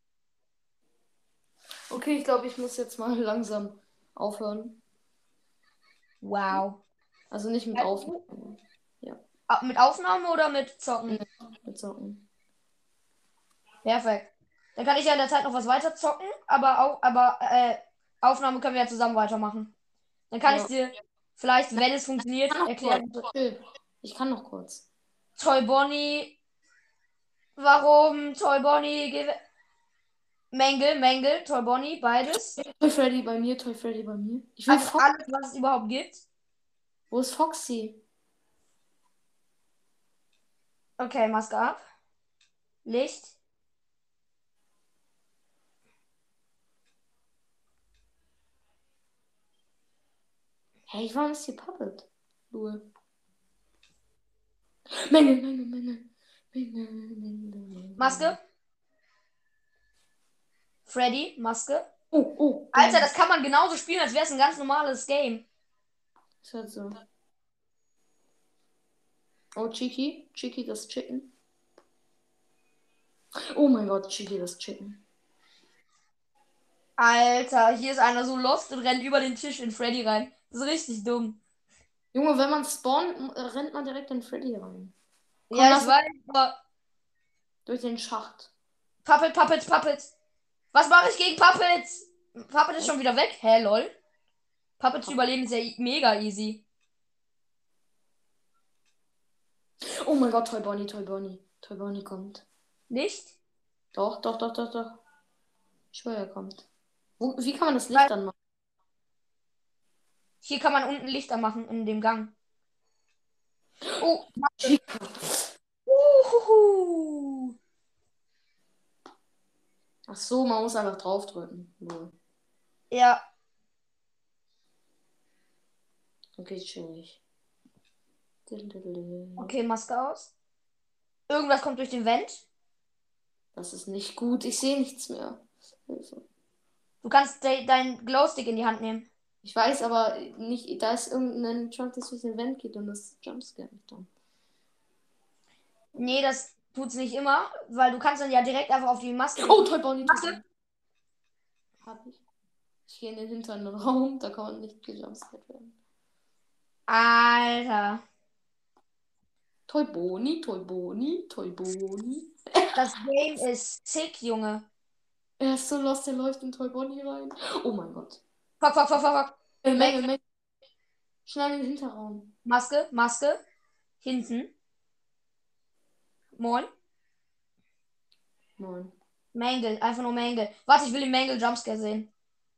E: Okay, ich glaube, ich muss jetzt mal langsam aufhören.
H: Wow.
E: Also nicht mit Aufnehmen.
H: Mit Aufnahme oder mit Zocken?
E: Mit Socken.
H: Perfekt. Dann kann ich ja in der Zeit noch was weiter zocken, aber Aufnahme können wir ja zusammen weitermachen. Dann kann
E: Ja.
H: ich dir vielleicht, wenn es funktioniert, erklären.
E: Ich kann noch kurz.
H: Toy Bonnie. Warum Toy Bonnie? Mängel, Toy Bonnie, beides.
E: Toy Freddy bei mir. Ich will
H: Einfach alles, was es überhaupt gibt.
E: Wo ist Foxy?
H: Okay, Maske ab. Licht.
E: Hey, warum ist hier Puppet? Lul. Menge.
H: Maske. Freddy, Maske.
E: Oh.
H: Alter, das kann man genauso spielen, als wäre es ein ganz normales Game.
E: Ist halt so. Oh, Chicky, das Chicken. Oh mein Gott, Chicky, das Chicken.
H: Alter, hier ist einer so lost und rennt über den Tisch in Freddy rein. Das ist richtig dumm.
E: Junge, wenn man spawnt, rennt man direkt in Freddy rein. Komm,
H: Ja,
E: lass
H: ich weiß, aber
E: durch den Schacht.
H: Puppet. Was mache ich gegen Puppet? Puppet ist schon wieder weg. Hä, lol. Puppet zu überleben ist ja mega easy.
E: Oh mein Gott, Toy Bonnie. Toy Bonnie kommt.
H: Nicht?
E: Doch. Ich schwöre, er kommt. Wie kann man das Licht dann machen?
H: Hier kann man unten Lichter machen in dem Gang. Oh,
E: Chico.
H: Uhuhu.
E: Ach so, man muss einfach draufdrücken. Nur.
H: Ja,
E: Okay, chillig.
H: okay, Maske aus. Irgendwas kommt durch den Vent.
E: Das ist nicht gut. Ich sehe nichts mehr. Hilfe.
H: Du kannst deinen Glowstick in die Hand nehmen.
E: Ich weiß aber nicht, da ist irgendein Trunk, das durch den Vent geht und das Jumpscare mich dann.
H: Nee, das tut's nicht immer, weil du kannst dann ja direkt einfach auf die Maske.
E: Oh, Toy Bonnie.
H: Maske?
E: Hab ich. Ich gehe in den hinteren Raum, da kann man nicht gejumpscared werden.
H: Alter.
E: Toy Boni, Toy Boni, Toy Boni.
H: Das Game ist sick, Junge.
E: Er ist so lost, er läuft in Toy Bonnie rein. Oh mein Gott.
H: Fuck, fuck, fuck, fuck, fuck.
E: Menge. Schnell in den Hinterraum.
H: Maske. Hinten. Moin.
E: Nein.
H: Mangle, einfach nur Mangle. Warte, ich will den Mangle Jumpscare sehen.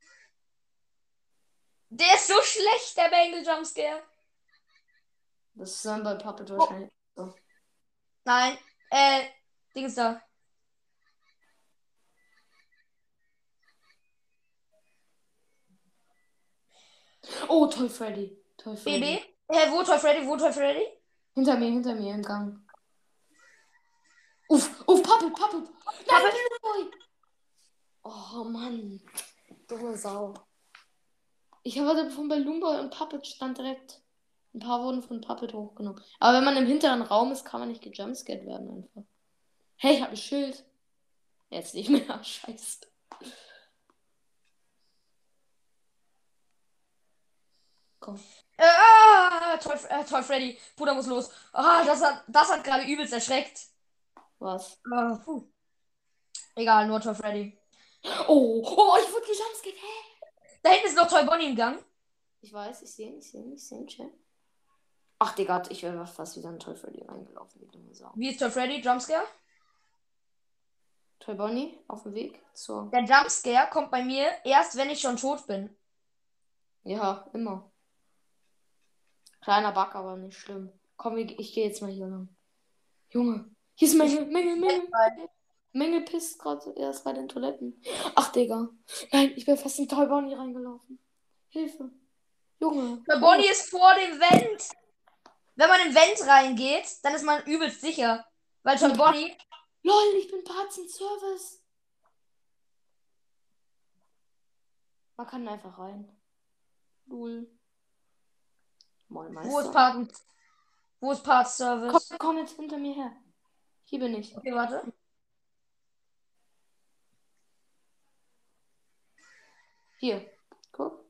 H: Der ist so schlecht, der Mangle Jumpscare.
E: Das ist dann bei Puppet wahrscheinlich. So.
H: Nein, Dings da.
E: Oh, Toy Freddy. Toy Freddy.
H: BB? Wo Toy Freddy? Wo Toy Freddy?
E: Hinter mir im Gang. Uff, Puppet. Nein, Little Boy. Oh Mann. Dumme Sau. Ich habe von Balloon Boy und Puppet stand direkt. Ein paar wurden von Puppet hochgenommen. Aber wenn man im hinteren Raum ist, kann man nicht gejumpscared werden einfach. Hey, ich habe ein Schild. Jetzt nicht mehr. Scheiße. Komm.
H: Toy Freddy. Bruder muss los. Ah, das hat gerade übelst erschreckt.
E: Was?
H: Puh. Egal, nur Toy Freddy.
E: Oh, ich wurde gejumpscared. Hä?
H: Da hinten ist noch Toy Bonnie im Gang.
E: Ich weiß, ich sehe ihn, Chat. Ach, Digga, ich wäre fast wieder in Toy Freddy reingelaufen, wie dumme Sau.
H: Wie ist Toy Freddy? Jumpscare?
E: Toy Bonnie auf dem Weg zur.
H: Der Jumpscare kommt bei mir erst, wenn ich schon tot bin.
E: Ja, immer. Kleiner Bug, aber nicht schlimm. Komm, ich gehe jetzt mal hier lang. Junge, hier ist Menge. Menge pisst gerade erst bei den Toiletten. Ach, Digga. Nein, ich bin fast in Toy Bonnie reingelaufen. Hilfe. Junge.
H: Toy Bonnie ist vor dem Vent. Wenn man im Vent reingeht, dann ist man übelst sicher. Weil Toy Bonnie.
E: Lol, ich bin Parts in Service. Man kann einfach rein. Lul. Moin, Meister.
H: Wo ist Parts Service?
E: Komm jetzt hinter mir her. Hier bin ich.
H: Okay, warte.
E: Hier. Guck.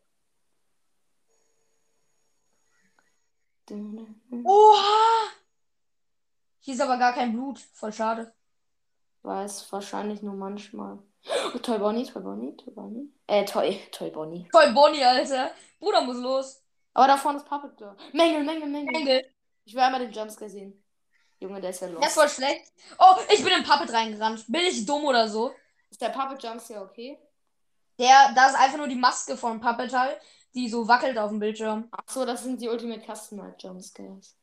H: Oha! Hier ist aber gar kein Blut. Voll schade.
E: Weiß wahrscheinlich nur manchmal. Oh, Toy Bonnie. Toy Bonnie. Toy Bonnie.
H: Toy Bonnie, Alter. Bruder muss los.
E: Aber da vorne ist Puppet da. Menge.
H: Engel.
E: Ich will einmal den Jumpscare sehen. Junge, der ist ja los.
H: Der ist voll schlecht. Oh, ich bin in Puppet reingerannt. Bin ich dumm oder so?
E: Ist der Puppet Jumpscare okay?
H: Da ist einfach nur die Maske von Puppet halt, die so wackelt auf dem Bildschirm.
E: Ach so, das sind die Ultimate Customized Jumpscares.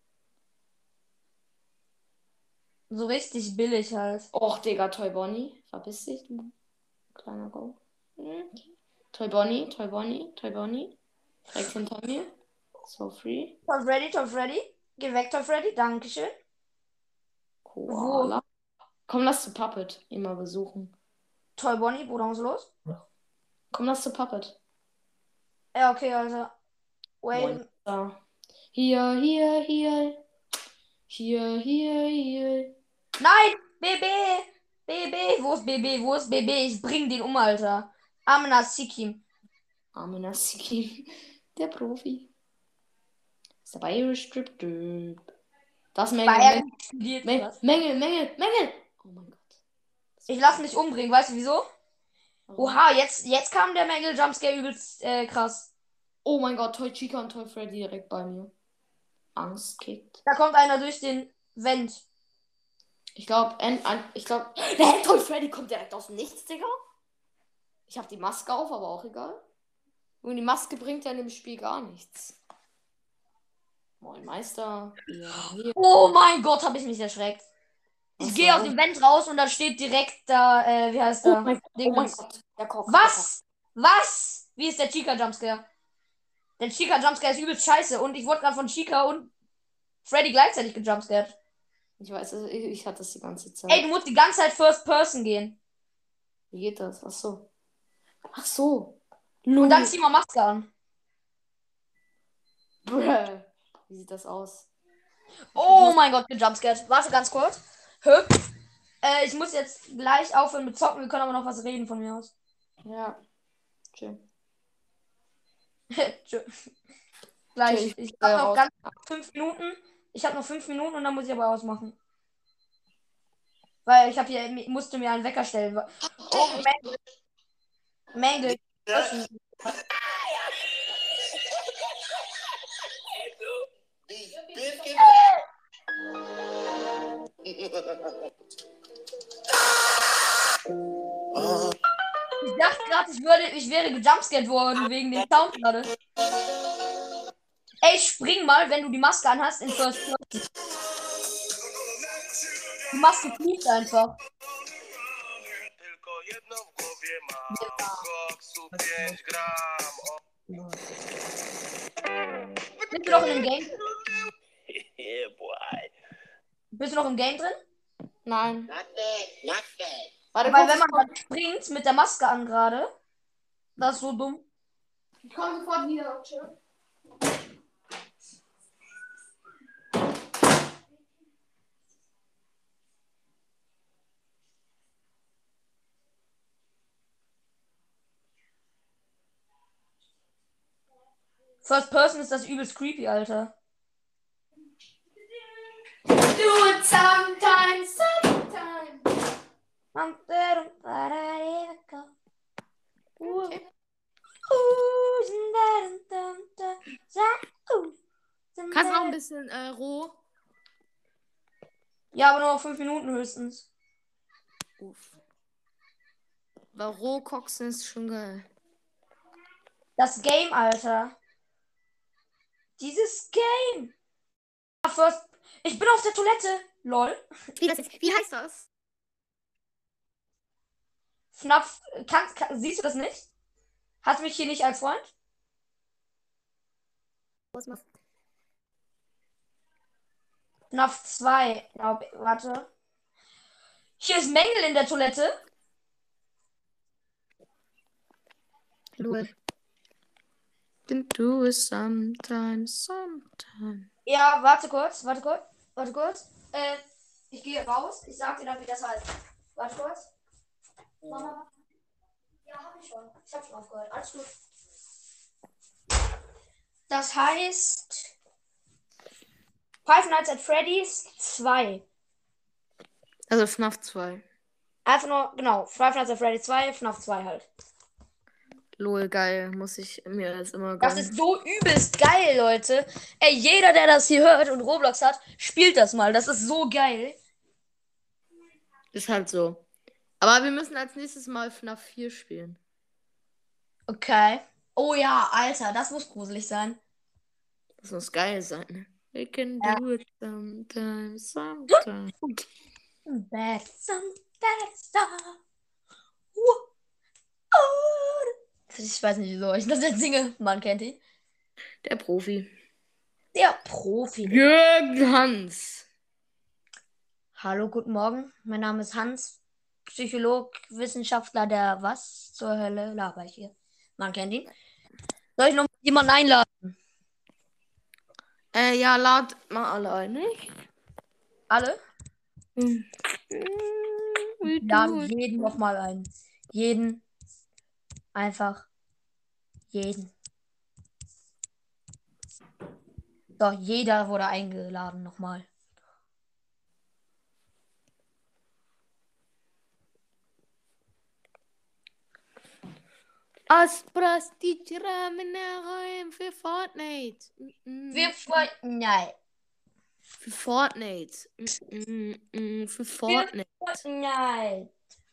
H: So richtig billig halt.
E: Och, Digga, Toy Bonnie. Verpiss dich, du kleiner Go. Toy Bonnie. Direkt hinter mir. So free.
H: Toy Freddy. Geh weg, Toy Freddy. Dankeschön.
E: Koala. Komm, lass zu Puppet ihn mal besuchen.
H: Toy Bonnie, Bruder muss los.
E: Komm, lass zu Puppet.
H: Ja, okay, Alter. Wait.
E: Da. Hier.
H: Nein! BB! Wo ist BB? Ich bring den um, Alter. Amna Sikim.
E: Amina Siki. Der Profi. Ist der bayerische Strip. Das
H: Bayern
E: Menge.
H: studiert was.
E: Menge. Oh mein Gott.
H: Ich lass mich umbringen, weißt du wieso? Oha, jetzt kam der Mangle Jumpscare übelst krass.
E: Oh mein Gott, Toy Chica und Toy Freddy direkt bei mir. Angst kickt.
H: Da kommt einer durch den Vent.
E: Ich glaube, der Toy Freddy kommt direkt aus dem Nichts, Digga. Ich habe die Maske auf, aber auch egal. Und die Maske bringt ja in dem Spiel gar nichts. Moin Meister. Ja, hier.
H: Oh mein Gott, habe ich mich erschreckt. Ich
E: Ach
H: gehe aus
E: so.
H: dem Vent raus und da steht direkt da, wie heißt
E: Oh
H: der?
E: mein
H: Dingens.
E: Gott. Der Koch.
H: Was? Was? Wie ist der Chica Jumpscare? Der Chica Jumpscare ist übelst scheiße und ich wurde gerade von Chica und Freddy gleichzeitig gejumpscared.
E: Ich weiß, also ich hatte das die ganze Zeit.
H: Ey, du musst die ganze Zeit First Person gehen.
E: Wie geht das? Ach so. Ach so.
H: Und dann zieh mal Maske an.
E: Bruh. Wie sieht das aus?
H: Oh mein Gott, gejumpscared. Warte ganz kurz. Hüpf. Ich muss jetzt gleich aufhören mit Zocken. Wir können aber noch was reden von mir aus.
E: Ja. Schön.
H: Tschö. Gleich.
E: Tschö,
H: Ich
E: gehe
H: habe noch
E: raus.
H: ganz 5 Minuten. Ich habe noch 5 Minuten und dann muss ich aber ausmachen. Weil ich habe hier, musste mir einen Wecker stellen. Oh, Mängel. Ich dachte gerade, ich wäre gejumpscared worden wegen dem Sound gerade. Ey, spring mal, wenn du die Maske anhast in First Person. Die Maske fliegt einfach. Bist du noch in dem Game?
G: Yeah, boy.
H: Bist du noch im Game drin?
E: Nein.
G: Not bad, not bad.
E: Warte,
H: Weil
E: kurz,
H: wenn man dann springt mit der Maske an gerade, das ist so dumm.
E: ich komme sofort wieder. Chill.
H: First Person ist das übelst creepy, Alter.
E: Do it sometime, sometime. Kannst du noch ein bisschen roh?
H: Ja, aber nur noch 5 Minuten höchstens.
E: Uff. Weil Rohkochsen ist schon geil.
H: Das Game, Alter. Dieses Game. First. Ich bin auf der Toilette. Lol.
E: Wie heißt das?
H: FNAF. Siehst du das nicht? Hast du mich hier nicht als Freund? FNAF 2. Warte. Hier ist Mängel in der Toilette.
E: Lol. Can do it sometime, sometime.
H: Ja, warte kurz. Ich gehe raus. Ich sag dir dann, wie das heißt. Warte kurz. Mama. Ja, hab ich schon. Ich hab schon aufgehört. Alles gut. Das heißt Five Nights at Freddy's 2.
E: Also FNAF 2.
H: Einfach nur, genau, Five Nights at Freddy's 2, FNAF 2 halt.
E: Lol, geil. Muss ich mir jetzt immer
H: Das
E: gönnen.
H: ist so übelst geil, Leute. Ey, jeder, der das hier hört und Roblox hat, spielt das mal. Das ist so geil.
E: Ist halt so. Aber wir müssen als nächstes Mal FNAF 4 spielen.
H: Okay. Oh ja, Alter, das muss gruselig sein.
E: Das muss geil sein. Ne? We can
H: Ja.
E: do it sometime, sometime.
H: Bad Star. Ich weiß nicht, wieso ich das jetzt singe. Man kennt ihn.
E: Der Profi.
H: Der Profi.
E: Jürgen Hans.
H: Hallo, guten Morgen. Mein Name ist Hans. Psycholog, Wissenschaftler der was zur Hölle laber ich hier. Man kennt ihn. Soll ich noch jemanden einladen?
E: Ja, lad mal alle ein, nicht?
H: Alle?
E: We
H: Ja,
E: do it.
H: jeden nochmal ein. Jeden. Einfach. Jeden. So, jeder wurde eingeladen nochmal.
E: Aspras die Rahmen für Fortnite.
H: Nein.
E: Für Fortnite. Für Fortnite.
H: Nein.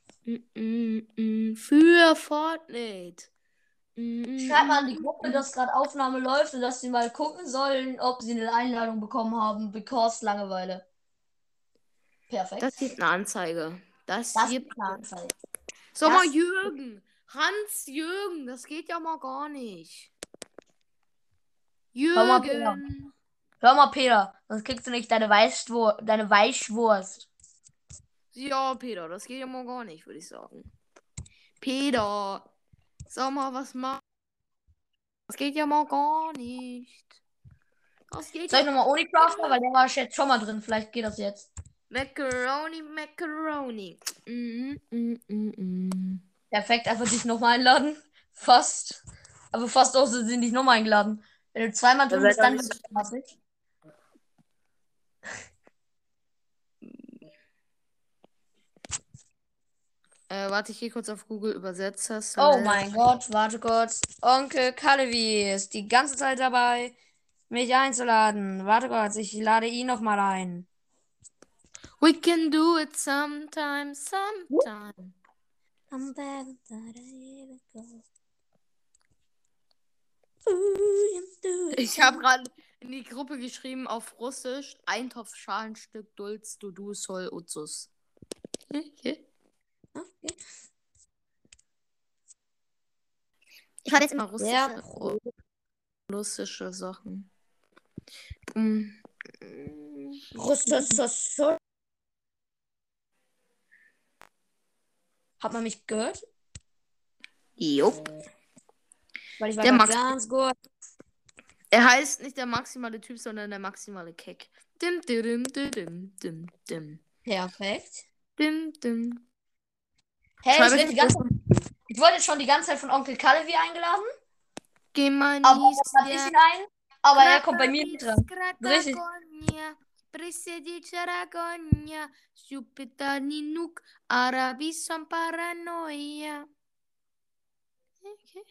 E: Für Fortnite.
H: Schreibt mal an die Gruppe, dass gerade Aufnahme läuft und dass sie mal gucken sollen, ob sie eine Einladung bekommen haben, because Langeweile. Perfekt.
E: Das gibt eine Anzeige. Das
H: Das
E: gibt
H: ist eine Anzeige.
E: Sag mal,
H: Das-
E: Jürgen. Hans-Jürgen, das geht ja mal gar nicht.
H: Hör mal, Peter.
E: Jürgen.
H: Hör mal, Peter. Sonst kriegst du nicht deine Weichwurst.
E: Ja, Peter, das geht ja mal gar nicht, würde ich sagen. Peter, sag mal, was macht. Das geht ja mal gar nicht. Das geht
H: Soll ich
E: ja.
H: nochmal Unicrafter? Weil der war jetzt schon mal drin. Vielleicht geht das jetzt.
E: Macaroni.
H: Perfekt, einfach dich nochmal einladen. Fast. Aber fast auch so sind dich nochmal eingeladen. Wenn du zweimal drin bist, dann wird es nicht.
E: Warte, ich gehe kurz auf Google Übersetzer.
H: Oh mein Gott, warte kurz. Onkel Kalevi ist die ganze Zeit dabei, mich einzuladen. Warte kurz, ich lade ihn nochmal ein.
E: We can do it sometime. Ich habe gerade in die Gruppe geschrieben auf Russisch: Eintopf, Schalenstück, Dulz, Dudu, Sol, Uzus. Okay. Ich habe jetzt immer russische Sachen.
H: Hat man mich gehört?
E: Jupp.
H: Weil ich war
E: Der
H: grad
E: Max-
H: ganz gut.
E: Er heißt nicht der maximale Typ, sondern der maximale Keck. Dim, dim, dim, dim, dim, dim.
H: Perfekt.
E: Dim, dim.
H: Hey,
E: Schreibe
H: ich wurde jetzt schon die ganze Zeit von Onkel Kalevi eingeladen.
E: Geh mal
H: Aber
E: nicht.
H: dann lade ich ihn ein. Aber er kommt bei mir nicht dran. Richtig.
E: Присядіть рагоня, сюпитані нук, арабісом параноя. Okay.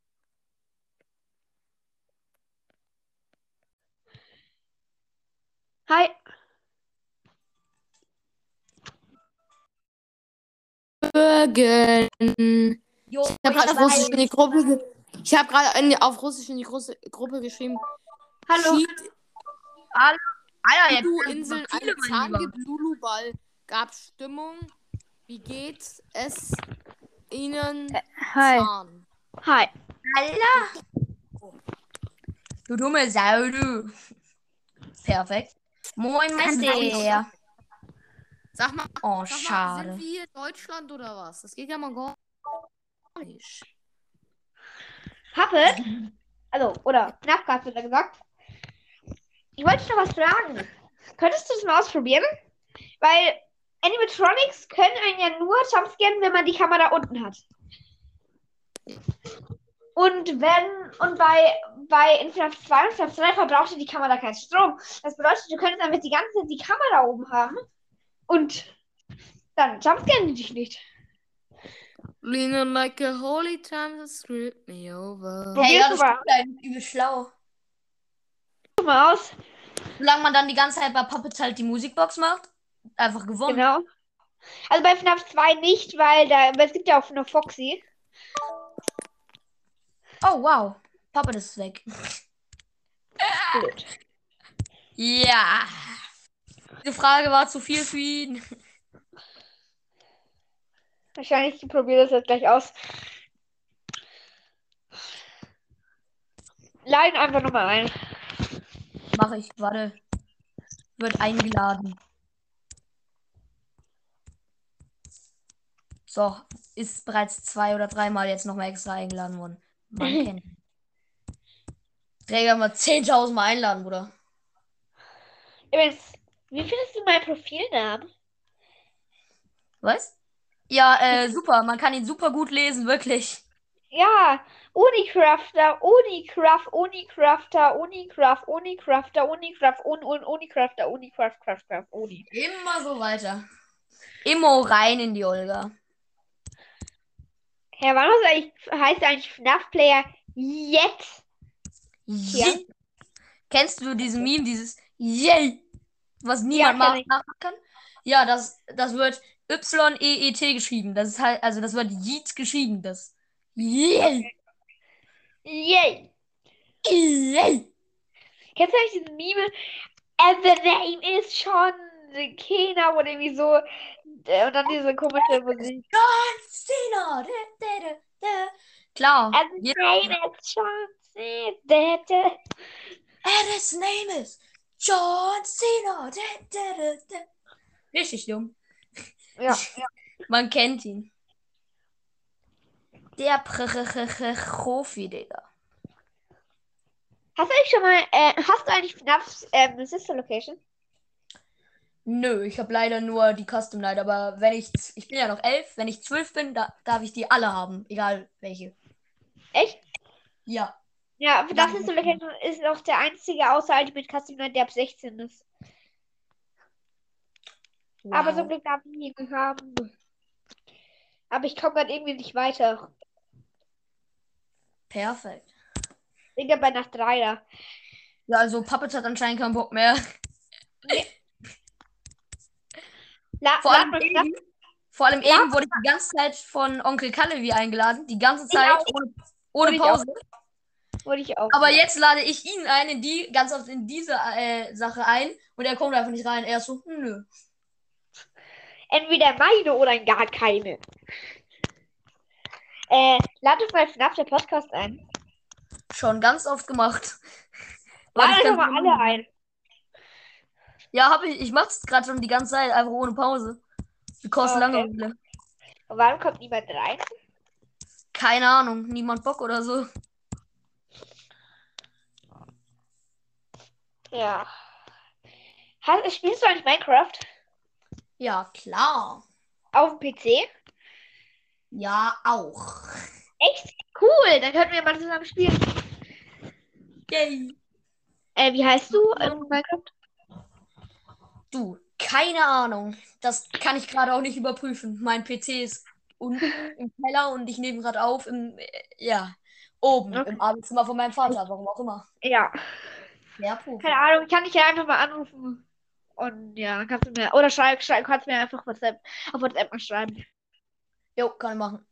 B: Hi.
E: Jürgen.
H: Jo,
E: Ich habe gerade auf Russisch in die große Gruppe geschrieben.
B: Hallo.
H: Alter,
E: Du
H: jetzt
E: Inseln,
H: viele,
E: ein
H: mein
E: Zahn
H: Lieber.
E: gibt Luluball. Gab Stimmung. Wie geht es Ihnen?
B: Hi.
E: Zahn.
B: Hi.
H: Alter. Du dumme Sau, du. Perfekt. Moin, Meister.
E: Sag mal,
H: Oh,
E: sind
H: schade.
E: wir hier in Deutschland oder was? Das geht ja mal gar nicht.
B: Puppet? Also, oder Knappkatz wird gesagt. Ich wollte dich noch was fragen. Könntest du das mal ausprobieren? Weil Animatronics können einen ja nur jumpscannen, wenn man die Kamera unten hat. Und bei in FNAF 2 und FNAF 3 verbrauchte die Kamera keinen Strom. Das bedeutet, du könntest einfach die ganze Zeit die Kamera oben haben und dann jumpscannen die dich nicht.
E: Leaning like a holy time to strip me over.
H: Hey, ja,
B: Probier's
H: das
B: mal.
H: stimmt eigentlich übel schlau.
B: Guck mal aus.
H: Solange man dann die ganze Zeit bei Puppets halt die Musikbox macht, einfach gewonnen.
B: Genau. Also bei FNAF 2 nicht, weil es gibt ja auch nur Foxy.
H: Oh, wow. Puppet ist weg.
B: Gut.
H: Ja. Die Frage war zu viel für ihn.
B: Wahrscheinlich probiere das jetzt gleich aus. Leiden einfach nochmal ein.
H: Mach ich, warte. Wird eingeladen. So, ist bereits 2 oder 3 Mal jetzt nochmal extra eingeladen worden. Man kennt. Träger mal 10.000 Mal einladen, Bruder.
B: Übrigens, wie findest du meinen Profilnamen?
H: Was? Ja, super. Man kann ihn super gut lesen, wirklich.
B: Ja, Unicrafter, Unicraft, Unicrafter, Unicraft, Unicrafter, Unicraft, Unicrafter, Unicraft, Craft, Uni.
H: Immer so weiter. Immer rein in die Olga.
B: Herr, wann heißt eigentlich FNAF Player jetzt?
H: Ja. Kennst du diesen Meme, dieses Yay, was niemand
B: kenn ich.
H: machen kann? Ja, das wird Y-E-E-T geschrieben. Das ist halt, also das wird Yeet geschrieben. Das Yay.
B: Yay!
H: Yay.
B: Kennst du eigentlich diesen Meme? And the name is Sean Kena oder irgendwie so. Und dann diese komische Musik.
H: John Cena. Klar.
B: And his name is John Cena.
H: And his name is John Cena. Richtig dumm.
B: Ja.
H: Man kennt ihn. Der Profi, Digga.
B: Hast du eigentlich schon mal, hast du eigentlich FNAFs Sister Location?
H: Nö, ich habe leider nur die Custom Night, aber ich bin ja noch 11, wenn ich 12 bin, darf ich die alle haben, egal welche.
B: Echt?
H: Ja.
B: Ja, FNAF Sister Location ist auch der einzige außer Ultimate Custom Night, der ab 16 ist.
H: Wow.
B: Aber zum Glück darf ich nie haben. Aber ich komme gerade irgendwie nicht weiter.
H: Perfekt.
B: Digga, bei Nacht 3 da.
H: Ja, also Puppets hat anscheinend keinen Bock mehr. Vor allem eben wurde ich die ganze Zeit von Onkel Kalevi eingeladen. Die ganze Zeit, ohne Pause.
B: Wurde ich auch.
H: Aber jetzt lade ich ihn ein, ganz oft in diese Sache ein. Und er kommt einfach nicht rein. Er ist so, nö.
B: Entweder meine oder gar keine. Lad doch mal FNAF der Podcast ein.
H: Schon ganz oft gemacht.
B: Lad doch mal alle ein.
H: Ja, hab ich. Ich mach's gerade schon die ganze Zeit, einfach ohne Pause. Die kosten
B: Okay.
H: Langeweile.
B: Und warum kommt niemand rein?
H: Keine Ahnung, niemand Bock oder so.
B: Ja. Spielst du eigentlich Minecraft?
H: Ja, klar.
B: Auf dem PC?
H: Ja, auch.
B: Echt? Cool, dann könnten wir mal zusammen spielen.
H: Yay.
B: Wie heißt du in Minecraft?
H: Du, keine Ahnung. Das kann ich gerade auch nicht überprüfen. Mein PC ist unten im Keller und ich nehme gerade auf oben
B: Okay.
H: im Arbeitszimmer von meinem Vater, warum auch immer.
B: Ja.
H: Ja, Profi.
B: Keine Ahnung, ich kann dich ja einfach mal anrufen. Und ja, dann kannst du mir. Oder kannst mir einfach auf WhatsApp mal schreiben.
H: Jo, kann ich machen.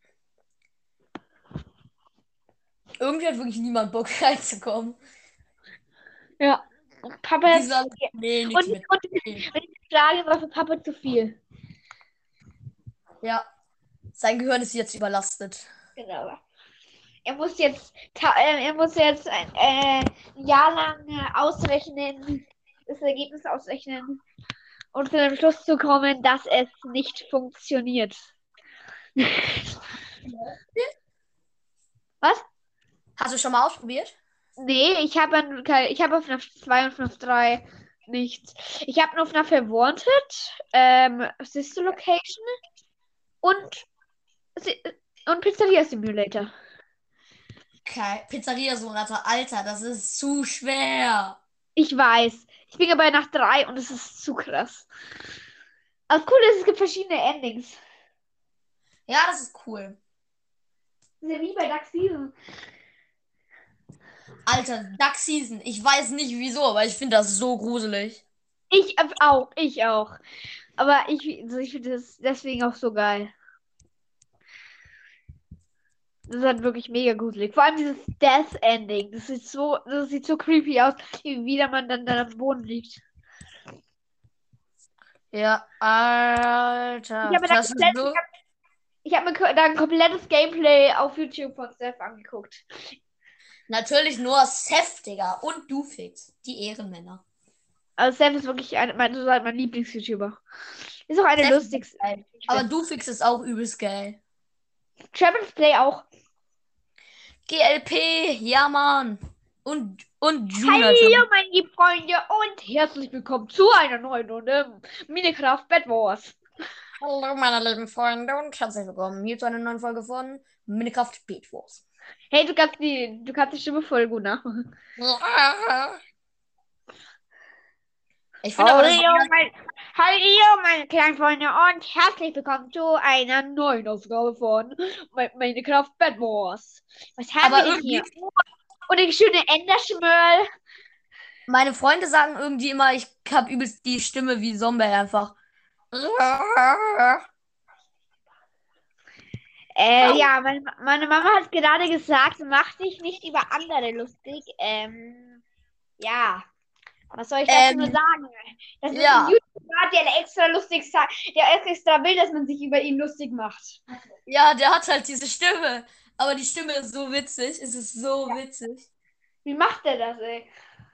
H: Irgendwie hat wirklich niemand Bock reinzukommen.
B: Ja. Papa ist.
H: Nee,
B: Und die Frage war für Papa zu viel.
H: Ja. Sein Gehirn ist jetzt überlastet.
B: Genau. Er muss jetzt ein Jahr lang ausrechnen, das Ergebnis ausrechnen und zu dem Schluss zu kommen, dass es nicht funktioniert. Was?
H: Hast du schon mal ausprobiert?
B: Nee, ich habe auf FNAF 2 und FNAF 3 nichts. Ich habe nur FNAF Wanted, Sister Location und Pizzeria Simulator.
H: Okay. Pizzeria Simulator, Alter, das ist zu schwer.
B: Ich weiß. Ich bin ja bei Nacht 3 und es ist zu krass. Aber das Coole ist, es gibt verschiedene Endings.
H: Ja, das ist cool.
B: Das ist ja wie bei Duck Season.
H: Alter, Duck Season. Ich weiß nicht wieso, aber ich finde das so gruselig.
B: Ich auch. Aber ich finde das deswegen auch so geil. Das ist halt wirklich mega gruselig. Vor allem dieses Death Ending. Das sieht so creepy aus, wie wieder man dann am Boden liegt.
H: Ja, Alter.
B: Ich habe mir da ein komplettes Gameplay auf YouTube von Seth angeguckt.
H: Natürlich nur Seth, Digga. Und Dufix. Die Ehrenmänner.
B: Also Seth ist wirklich mein Lieblings-YouTuber. Ist auch eine lustigste.
H: Aber Dufix ist auch übelst geil.
B: Travis Play auch.
H: GLP, ja Mann. Und Juna.
B: Hallo meine lieben Freunde und herzlich willkommen zu einer neuen Runde Minecraft Bed Wars.
H: Hallo meine lieben Freunde und herzlich willkommen hier zu einer neuen Folge von Minecraft Bed Wars.
B: Hey, du kannst die Stimme voll gut nachmachen.
H: Ja. Ich finde
B: Hallo meine kleinen Freunde und herzlich willkommen zu einer neuen Aufgabe von Minecraft Bed Wars. Was haben wir denn hier? Und eine schöne Enderschmöll.
H: Meine Freunde sagen irgendwie immer, ich habe übelst die Stimme wie Zombie einfach.
B: Ja, meine Mama hat gerade gesagt, mach dich nicht über andere lustig. Ja. Was soll ich dazu nur sagen? Das ist
H: ja.
B: ein YouTube der extra lustig der extra will, dass man sich über ihn lustig macht.
H: Ja, der hat halt diese Stimme. Aber die Stimme ist so witzig. Es ist so witzig.
B: Wie macht er das, ey?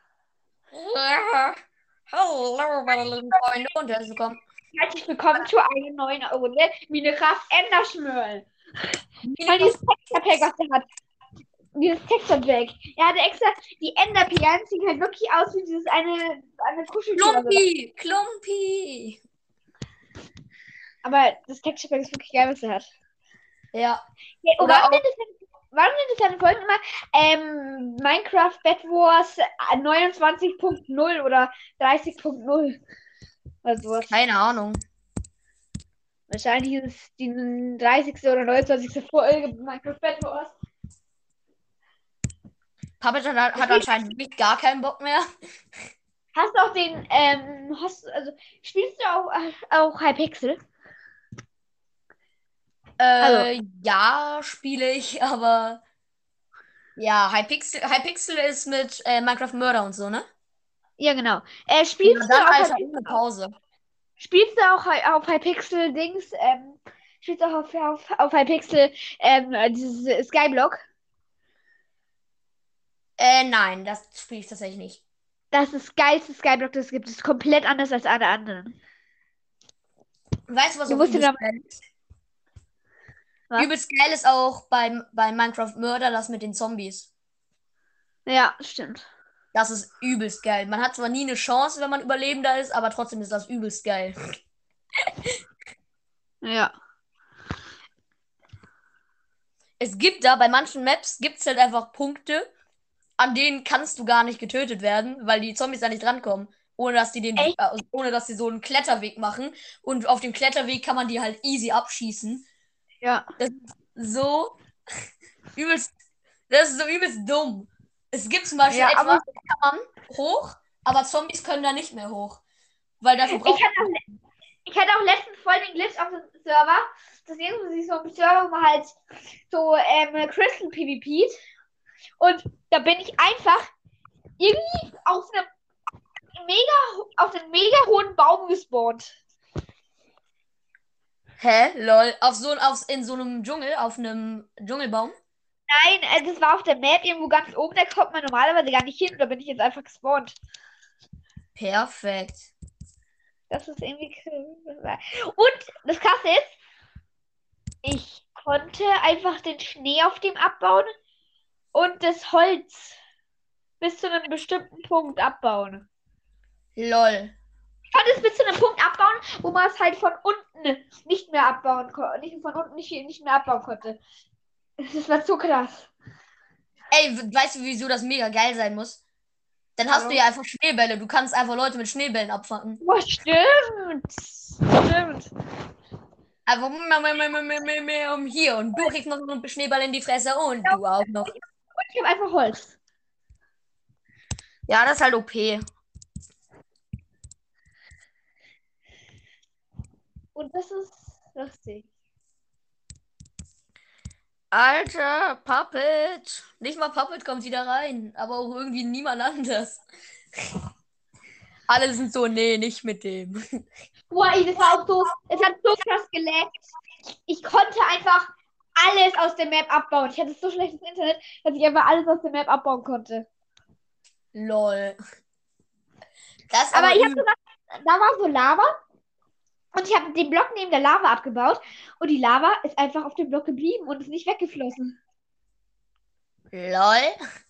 H: Hallo, meine lieben Freunde. Und herzlich willkommen.
B: Herzlich willkommen zu einer neuen Runde Minecraft Enderschmörl. Weil dieses Texture-Pack, was er hat. Dieses Texture-Pack. Er hatte extra die Ender-Piranhas, sieht halt wirklich aus wie dieses eine Kuscheltier.
H: Klumpi! Klumpi!
B: Aber das Texture-Pack ist wirklich geil, was er hat.
H: Ja.
B: Ja,
H: Oder
B: warum nennt es seine Folgen immer Minecraft Bed Wars 29.0 oder 30.0? Oder sowas.
H: Keine Ahnung.
B: Wahrscheinlich ist es die 30. oder 29. Folge Minecraft Bed Wars.
H: Puppet hat anscheinend wirklich gar keinen Bock mehr.
B: Hast du auch den, spielst du auch Hypixel?
H: Ja, spiele ich, aber ja, Hypixel ist mit Minecraft Murder und so, ne?
B: Ja, genau.
H: Ja,
B: Spielst
H: dann
B: du auch
H: Alter, ohne Pause.
B: Spielst du auch auf Hypixel Dings? Spielst du auch auf Hypixel dieses Skyblock?
H: Nein, das spiele ich tatsächlich nicht.
B: Das ist das geilste Skyblock, das es gibt. Das ist komplett anders als alle anderen.
H: Weißt du, was
B: Du
H: auch
B: musst dir
H: übelst
B: da-
H: geil ist?
B: Was?
H: Übelst geil ist auch bei Minecraft Murder das mit den Zombies.
B: Ja, stimmt.
H: Das ist übelst geil. Man hat zwar nie eine Chance, wenn man Überlebender ist, aber trotzdem ist das übelst geil.
B: Ja.
H: Es gibt da, bei manchen Maps, gibt es halt einfach Punkte, an denen kannst du gar nicht getötet werden, weil die Zombies da nicht drankommen.
B: Echt?
H: Ohne dass sie so einen Kletterweg machen. Und auf dem Kletterweg kann man die halt easy abschießen.
B: Ja.
H: Das ist so übelst, das ist so übelst dumm. Es gibt zum Beispiel
B: Ja,
H: etwas,
B: aber
H: da kann man hoch, aber Zombies können da nicht mehr hoch. Weil dafür braucht
B: ich hatte auch letztens voll den Glitch auf dem Server. Das irgendwie so im Server, wo man halt so Crystal PvP. Und da bin ich einfach irgendwie auf einen mega hohen Baum gespawnt.
H: Hä? Lol. In so einem Dschungel, auf einem Dschungelbaum?
B: Nein, das war auf der Map irgendwo ganz oben, da kommt man normalerweise gar nicht hin. Da bin ich jetzt einfach gespawnt.
H: Perfekt.
B: Das ist irgendwie. Und das Krasse ist, ich konnte einfach den Schnee auf dem abbauen und das Holz bis zu einem bestimmten Punkt abbauen.
H: Lol.
B: Ich konnte es bis zu einem Punkt abbauen, wo man es halt von unten nicht mehr abbauen konnte. Nicht mehr abbauen konnte. Das war so krass.
H: Ey, weißt du, wieso das mega geil sein muss? Dann hast du ja einfach Schneebälle. Du kannst einfach Leute mit Schneebällen abfangen.
B: Oh, stimmt. Stimmt.
H: Einfach hier und du kriegst noch einen Schneeball in die Fresse und du auch noch.
B: Und ich habe einfach Holz.
H: Ja, das ist halt OP.
B: Und das ist lustig.
H: Alter, Puppet. Nicht mal Puppet kommt wieder rein, aber auch irgendwie niemand anders. Alle sind so, nee, nicht mit dem.
B: Boah, das war auch so, es hat so krass geleckt. Ich konnte einfach alles aus der Map abbauen. Ich hatte so schlechtes Internet, dass ich einfach alles aus der Map abbauen konnte.
H: Lol. Das
B: Aber ich
H: übel.
B: habe da war so Lava und ich habe den Block neben der Lava abgebaut und die Lava ist einfach auf dem Block geblieben und ist nicht weggeflossen.
H: Lol.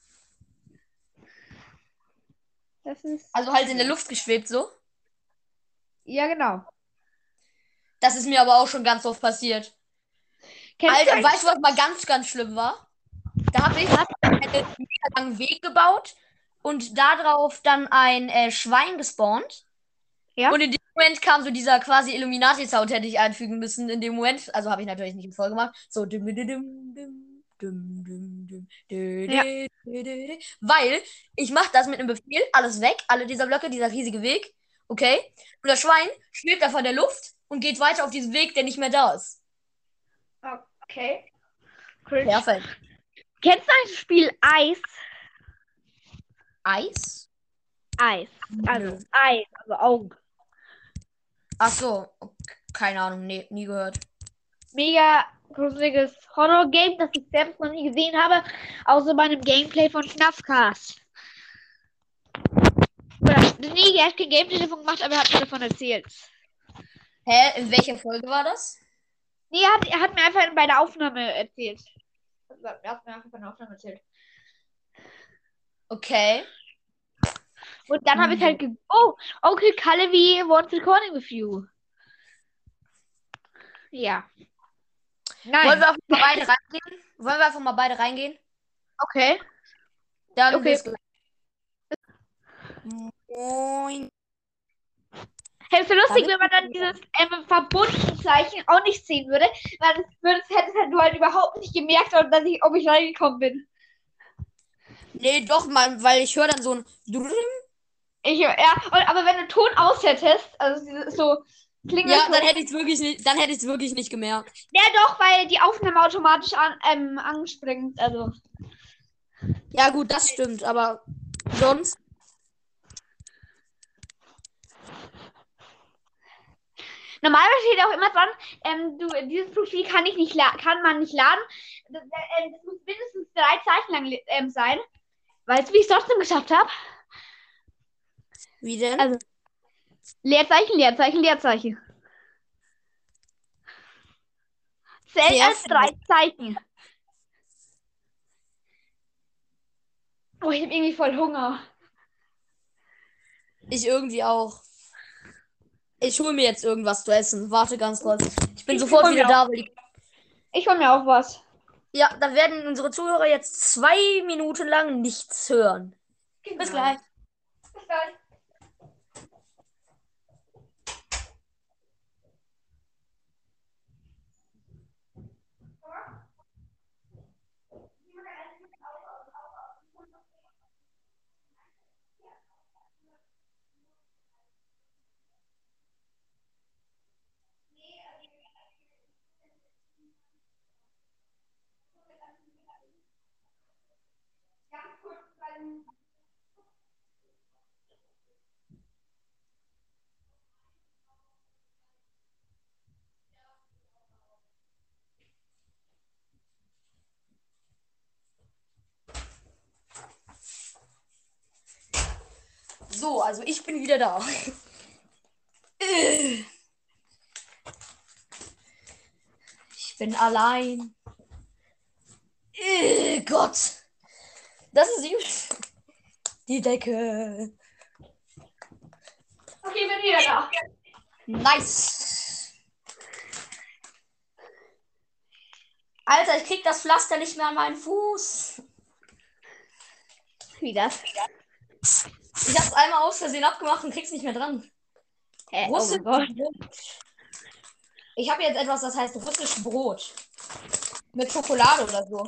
B: Das ist.
H: Also halt in der Luft geschwebt so.
B: Ja, genau.
H: Das ist mir aber auch schon ganz oft passiert. Alter, weißt du, was mal ganz, ganz schlimm war? Da habe ich einen mega langen Weg gebaut und darauf dann ein Schwein gespawnt.
B: Ja.
H: Und in dem Moment kam so dieser quasi Illuminati-Sound, hätte ich einfügen müssen. In dem Moment, also habe ich natürlich nicht im Voll gemacht. So. Weil ich mache das mit einem Befehl, alles weg, alle dieser Blöcke, dieser riesige Weg. Okay? Und das Schwein schwebt einfach in der Luft und geht weiter auf diesen Weg, der nicht mehr da ist.
B: Okay. Cool.
H: Perfekt.
B: Kennst du das Spiel Eis?
H: Eis?
B: Eis. Also Eis, also Augen.
H: Ach so. Keine Ahnung. Nee, nie gehört.
B: Mega gruseliges Horror-Game, das ich selbst noch nie gesehen habe, außer bei einem Gameplay von FNAFcast. Oder, nee, er hat kein Gameplay davon gemacht, aber er hat mir davon erzählt.
H: Hä? In welcher Folge war das?
B: Nee, er hat mir einfach bei der Aufnahme erzählt. Er hat mir einfach bei der Aufnahme erzählt.
H: Okay.
B: Und dann habe ich halt oh, Onkel Kalevi wants recording with you. Ja. Nein.
H: Wollen wir einfach mal beide reingehen? Wollen wir einfach mal beide reingehen?
B: Okay.
H: Dann
B: Okay.
H: bis gleich. Moin.
B: Hey, ist so lustig, wenn man dann dieses Verbundenzeichen auch nicht sehen würde. Dann hätte halt du halt überhaupt nicht gemerkt, dass ob ich reingekommen bin.
H: Nee, doch, mal, weil ich höre dann so ein
B: Aber wenn du Ton aushättest, also dieses so klingelt.
H: Ja, dann hätte ich es wirklich nicht gemerkt.
B: Ja, doch, weil die Aufnahme automatisch anspringt. Also.
H: Ja, gut, das stimmt, aber sonst.
B: Normalerweise steht auch immer dran, dieses Profil kann man nicht laden. Das muss mindestens 3 Zeichen lang sein. Weißt du, wie ich es trotzdem geschafft habe?
H: Wie denn?
B: Also, Leerzeichen, Leerzeichen, Leerzeichen. Zählt
H: Sehr
B: als 3 Zeichen. Oh, ich habe irgendwie voll Hunger.
H: Ich irgendwie auch. Ich hole mir jetzt irgendwas zu essen. Warte ganz kurz. Ich bin sofort wieder da.
B: Ich hol mir auch was.
H: Ja, dann werden unsere Zuhörer jetzt 2 Minuten lang nichts hören.
B: Genau.
H: Bis gleich.
B: Bis gleich.
H: So, also ich bin wieder da. Ich bin allein. Gott. Das ist die Decke.
B: Okay, bin wieder da.
H: Nice. Alter, ich krieg das Pflaster nicht mehr an meinen Fuß.
B: Wie das?
H: Ich hab's einmal aus Versehen abgemacht und krieg's nicht mehr dran.
B: Oh mein Gott.
H: Ich habe jetzt etwas, das heißt russisch Brot. Mit Schokolade oder so.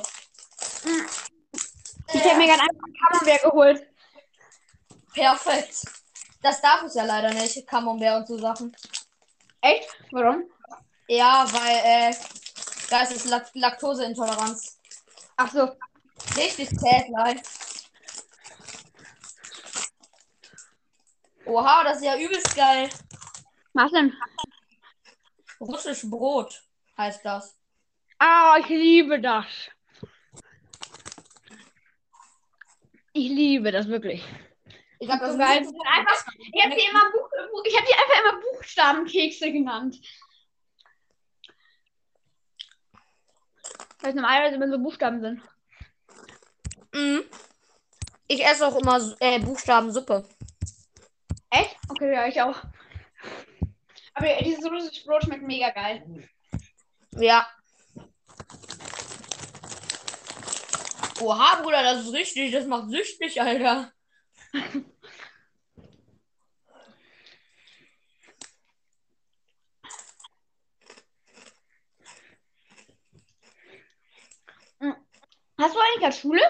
B: Ich habe mir gerade einfach ein Camembert geholt.
H: Perfekt. Das darf ich ja leider nicht, Camembert und so Sachen.
B: Echt? Warum?
H: Ja, weil da ist es Laktoseintoleranz.
B: Ach so.
H: Richtig Käslein. Oha, das ist ja übelst geil.
B: Was denn?
H: Russisch Brot heißt das.
B: Ah, ich liebe das. Ich liebe das wirklich.
H: Ich habe das
B: So geil.
H: nicht-
B: Ich habe die einfach immer Buchstabenkekse genannt. Weil es normalerweise immer so Buchstaben sind.
H: Mhm. Ich esse auch immer Buchstabensuppe.
B: Echt? Okay, ja, ich auch. Aber dieses russische Brot schmeckt mega geil.
H: Ja. Oha, Bruder, das ist richtig. Das macht süchtig, Alter.
B: Hast du eigentlich als Schule?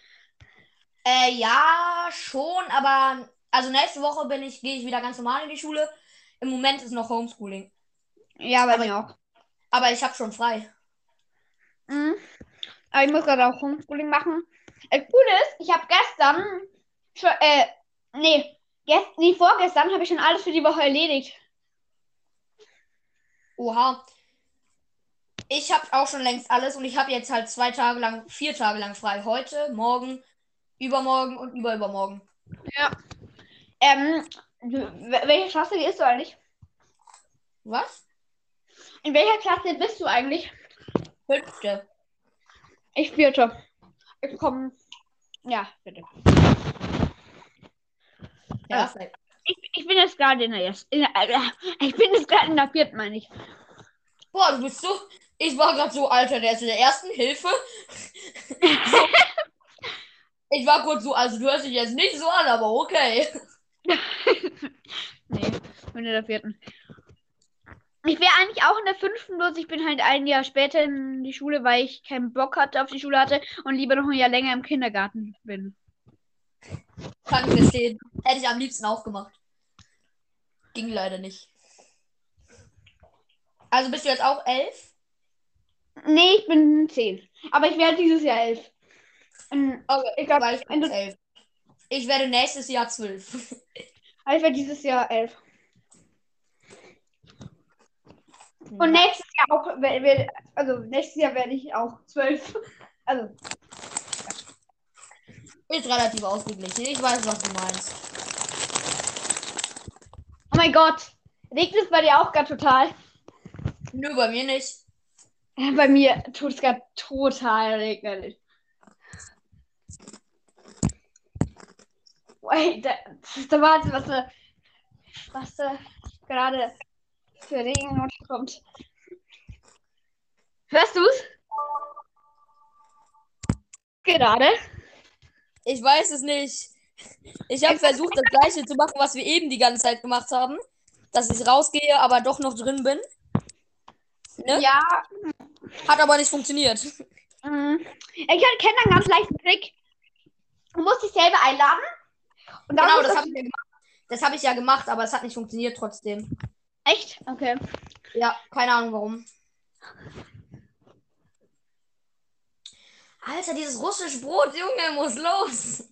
H: Ja, schon, aber also nächste Woche gehe ich wieder ganz normal in die Schule. Im Moment ist noch Homeschooling.
B: Ja, bei mir auch.
H: Aber ich habe schon frei.
B: Mhm. Aber ich muss gerade auch Homeschooling machen. Das Coole ist, ich habe gestern schon, vorgestern habe ich schon alles für die Woche erledigt.
H: Oha. Ich habe auch schon längst alles und ich habe jetzt halt 4 Tage lang frei. Heute, morgen, übermorgen und übermorgen.
B: Ja. Welche Klasse gehst du eigentlich?
H: Was?
B: In welcher Klasse bist du eigentlich?
H: 5.
B: Ich 4. Ich komme. Ja, bitte.
H: Perfekt.
B: Ich bin jetzt gerade in der ersten. Ich bin jetzt gerade in der 4., meine ich.
H: Boah, du bist so. Ich war gerade so, Alter, der ist in der ersten Hilfe. Ich war kurz so, also du hörst dich jetzt nicht so an, aber okay.
B: Nee, ich bin in der 4. Ich wäre eigentlich auch in der 5., bloß ich bin halt ein Jahr später in die Schule, weil ich keinen Bock auf die Schule hatte und lieber noch ein Jahr länger im Kindergarten bin.
H: Kann ich verstehen. Hätte ich am liebsten auch gemacht. Ging leider nicht. Also bist du jetzt auch 11?
B: Nee, ich bin 10. Aber ich werde dieses Jahr 11.
H: Okay,
B: Ich glaube,
H: weil ich bin 11. Ich werde nächstes Jahr 12.
B: ich werde dieses Jahr 11. Und nächstes Jahr auch, also nächstes Jahr werde ich auch 12. Also,
H: Ist relativ ausgeglichen. Ich weiß, was du meinst.
B: oh mein Gott. Regnet es bei dir auch gerade total?
H: Nö, bei mir nicht.
B: Bei mir tut es gerade total regnen. Wait, da warte, was da gerade für Regen kommt. Hörst du's? Gerade?
H: Ich weiß es nicht. Ich habe versucht, das gleiche zu machen, was wir eben die ganze Zeit gemacht haben. Dass ich rausgehe, aber doch noch drin bin. Ne?
B: Ja.
H: Hat aber nicht funktioniert.
B: Ich kenne einen ganz leichten Trick. Du musst dich selber einladen. Und dann
H: Genau,
B: musst
H: das
B: du-
H: habe ich ja gemacht. Das habe ich ja gemacht, aber es hat nicht funktioniert trotzdem.
B: Echt? Okay.
H: Ja, keine Ahnung warum. Alter, dieses russische Brot, Junge, muss los.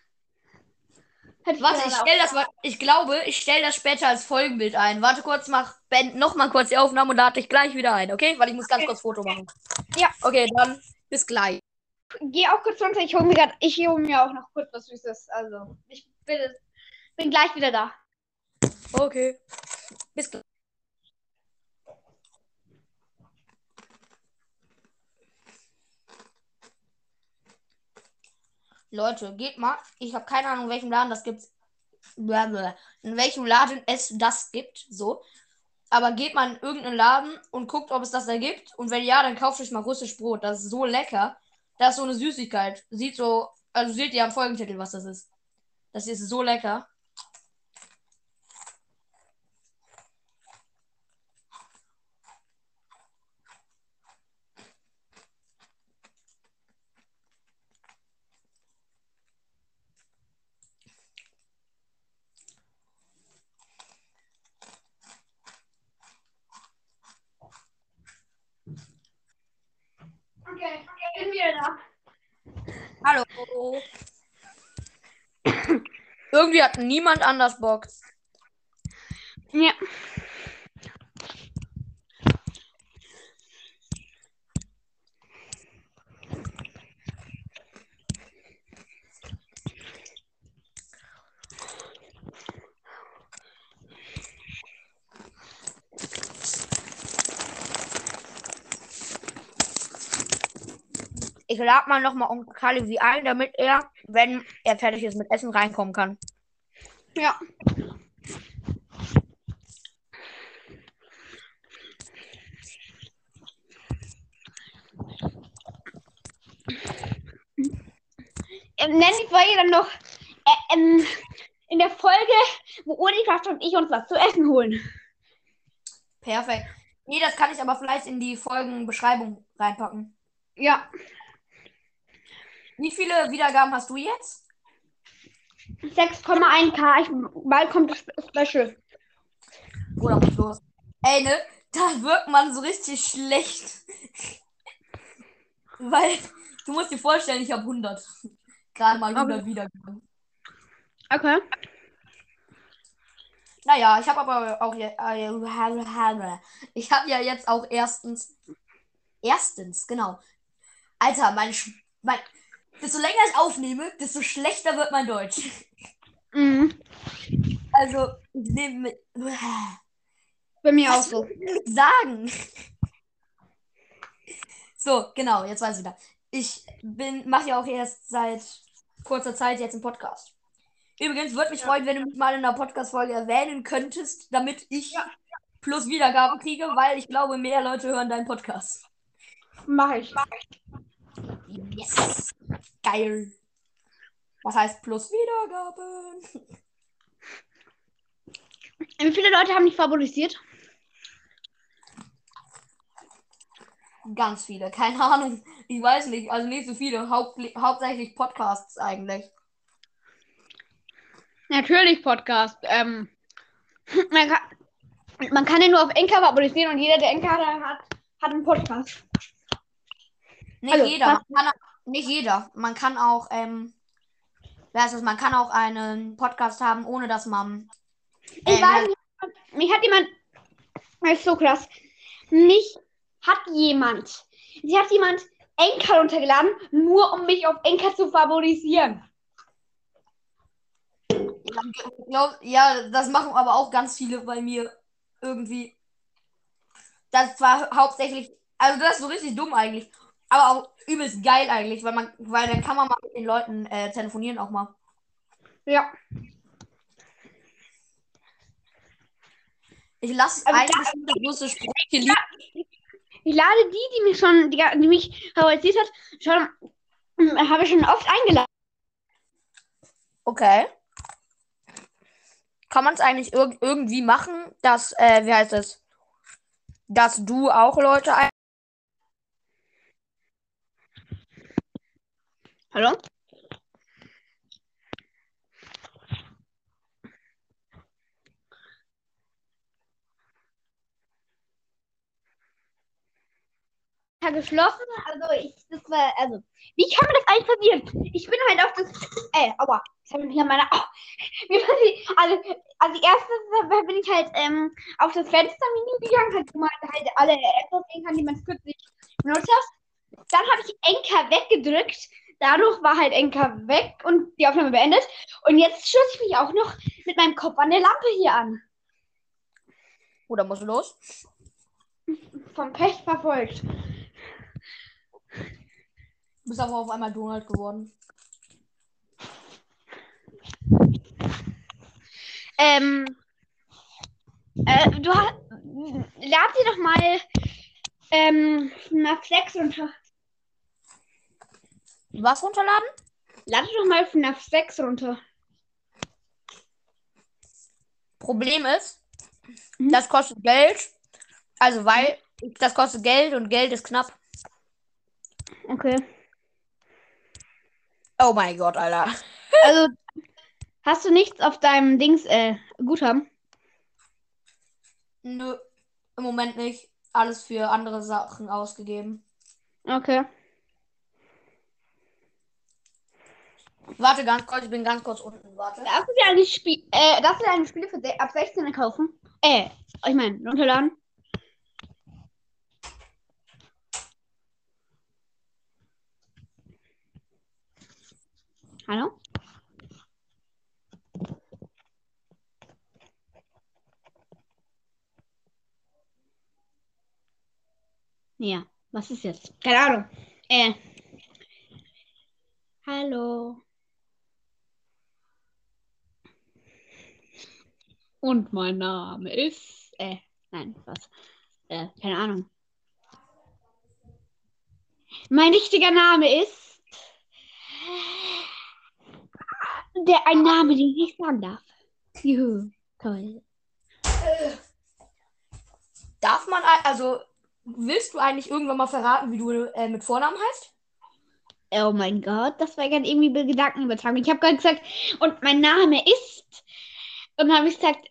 H: Warte, ich glaube, ich stelle das später als Folgenbild ein. Warte kurz, mach Ben noch mal kurz die Aufnahme und lade dich gleich wieder ein, okay? Weil ich muss ganz kurz Foto machen.
B: Ja.
H: Okay, dann bis gleich.
B: Geh auch kurz runter. Ich hole mir auch noch kurz was Süßes. Also, ich bin gleich wieder da.
H: Okay. Bis gleich. Leute, geht mal. Ich habe keine Ahnung, in welchem Laden das gibt. In welchem Laden es das gibt. So. Aber geht mal in irgendeinen Laden und guckt, ob es das da gibt. Und wenn ja, dann kauft euch mal russisch Brot. Das ist so lecker. Das ist so eine Süßigkeit. Sieht so. Also seht ihr am Folgentitel, was das ist. Das ist so lecker.
B: Okay, bin wieder da.
H: Hallo. Irgendwie hat niemand anders Bock.
B: Ja.
H: Ich lade mal nochmal Onkel Kali ein, damit er, wenn er fertig ist mit Essen, reinkommen kann.
B: Ja. Nenn die Folge dann noch in der Folge, wo Unikraft und ich uns was zu essen holen.
H: Perfekt. Nee, das kann ich aber vielleicht in die Folgenbeschreibung reinpacken.
B: Ja.
H: Wie viele Wiedergaben hast du jetzt?
B: 6,1K. Bald kommt das Special.
H: Oder muss los? Ey, ne? Da wirkt man so richtig schlecht. Weil, du musst dir vorstellen, ich habe 100. Gerade mal 100 Wiedergaben.
B: Okay.
H: Naja, ich habe aber auch ich habe ja jetzt auch erstens, genau. Alter, desto länger ich aufnehme, desto schlechter wird mein Deutsch.
B: Mhm.
H: Also, ich nehme mit.
B: Bei mir auch
H: Was
B: so.
H: will ich sagen? So, genau, jetzt weiß ich wieder. Mache ja auch erst seit kurzer Zeit jetzt einen Podcast. Übrigens, würde mich freuen, wenn du mich mal in einer Podcast-Folge erwähnen könntest, damit ich plus Wiedergaben kriege, weil ich glaube, mehr Leute hören deinen Podcast.
B: Mach ich.
H: Yes! Geil! Was heißt plus Wiedergaben?
B: Wie viele Leute haben dich favorisiert?
H: Ganz viele, keine Ahnung. Ich weiß nicht, also nicht so viele. Hauptsächlich Podcasts eigentlich.
B: Natürlich Podcast. Man kann den nur auf Anchor favorisieren und jeder, der Anchor hat einen Podcast.
H: Nicht
B: Also,
H: jeder. Nicht jeder. Man kann auch, man kann auch einen Podcast haben, ohne dass man.
B: Ich weiß nicht, mich hat jemand. Das ist so krass. Sie hat jemand Anchor runtergeladen, nur um mich auf Anchor zu favorisieren.
H: Ja, das machen aber auch ganz viele bei mir irgendwie. Das war hauptsächlich, also das ist so richtig dumm eigentlich, aber auch übelst geil eigentlich, weil dann kann man mal mit den Leuten telefonieren auch mal.
B: Ja.
H: Ich lasse eine bestimmte große Sprüche liegen.
B: Ich lade die mich favorisiert hat, habe ich schon oft eingeladen.
H: Okay. Kann man es eigentlich irgendwie machen, dass, wie heißt es, dass du auch Leute
B: Hallo? Geschlossen, wie kann man das eigentlich passieren? Ich bin halt auf das, aua, ich habe mich an meiner, also erstens bin ich halt auf das Fenstermenü gegangen, halt, wo man halt alle Apps sehen kann, die man kürzlich benutzt hat. Dann habe ich Anchor weggedrückt, dadurch war halt Anchor weg und die Aufnahme beendet. Und jetzt schütze ich mich auch noch mit meinem Kopf an der Lampe hier an.
H: Oder muss los?
B: Vom Pech verfolgt.
H: Du bist aber auf einmal Donald geworden.
B: Lad sie doch mal FNAF 6 runter.
H: Was runterladen?
B: Lade doch mal FNAF 6 runter.
H: Problem ist, das kostet Geld. Also, weil das kostet Geld und Geld ist knapp.
B: Okay.
H: Oh mein Gott, Alter.
B: Also, hast du nichts auf deinem Guthaben?
H: Nö, im Moment nicht. Alles für andere Sachen ausgegeben.
B: Okay.
H: Warte ganz kurz, ich bin ganz kurz unten. Warte.
B: Darfst du dir eine Spiele für ab 16 kaufen? Ich meine, runterladen. Hallo? Ja, was ist jetzt? Keine Ahnung. Hallo. Und mein Name ist. Nein, was? Keine Ahnung. Mein richtiger Name ist. Ein Name, den ich nicht sagen darf. Juhu, toll.
H: Darf man, also, willst du eigentlich irgendwann mal verraten, wie du mit Vornamen heißt?
B: Oh mein Gott, das war gerade irgendwie Gedankenübertragung. Ich habe gerade gesagt, und mein Name ist. Und dann habe ich gesagt,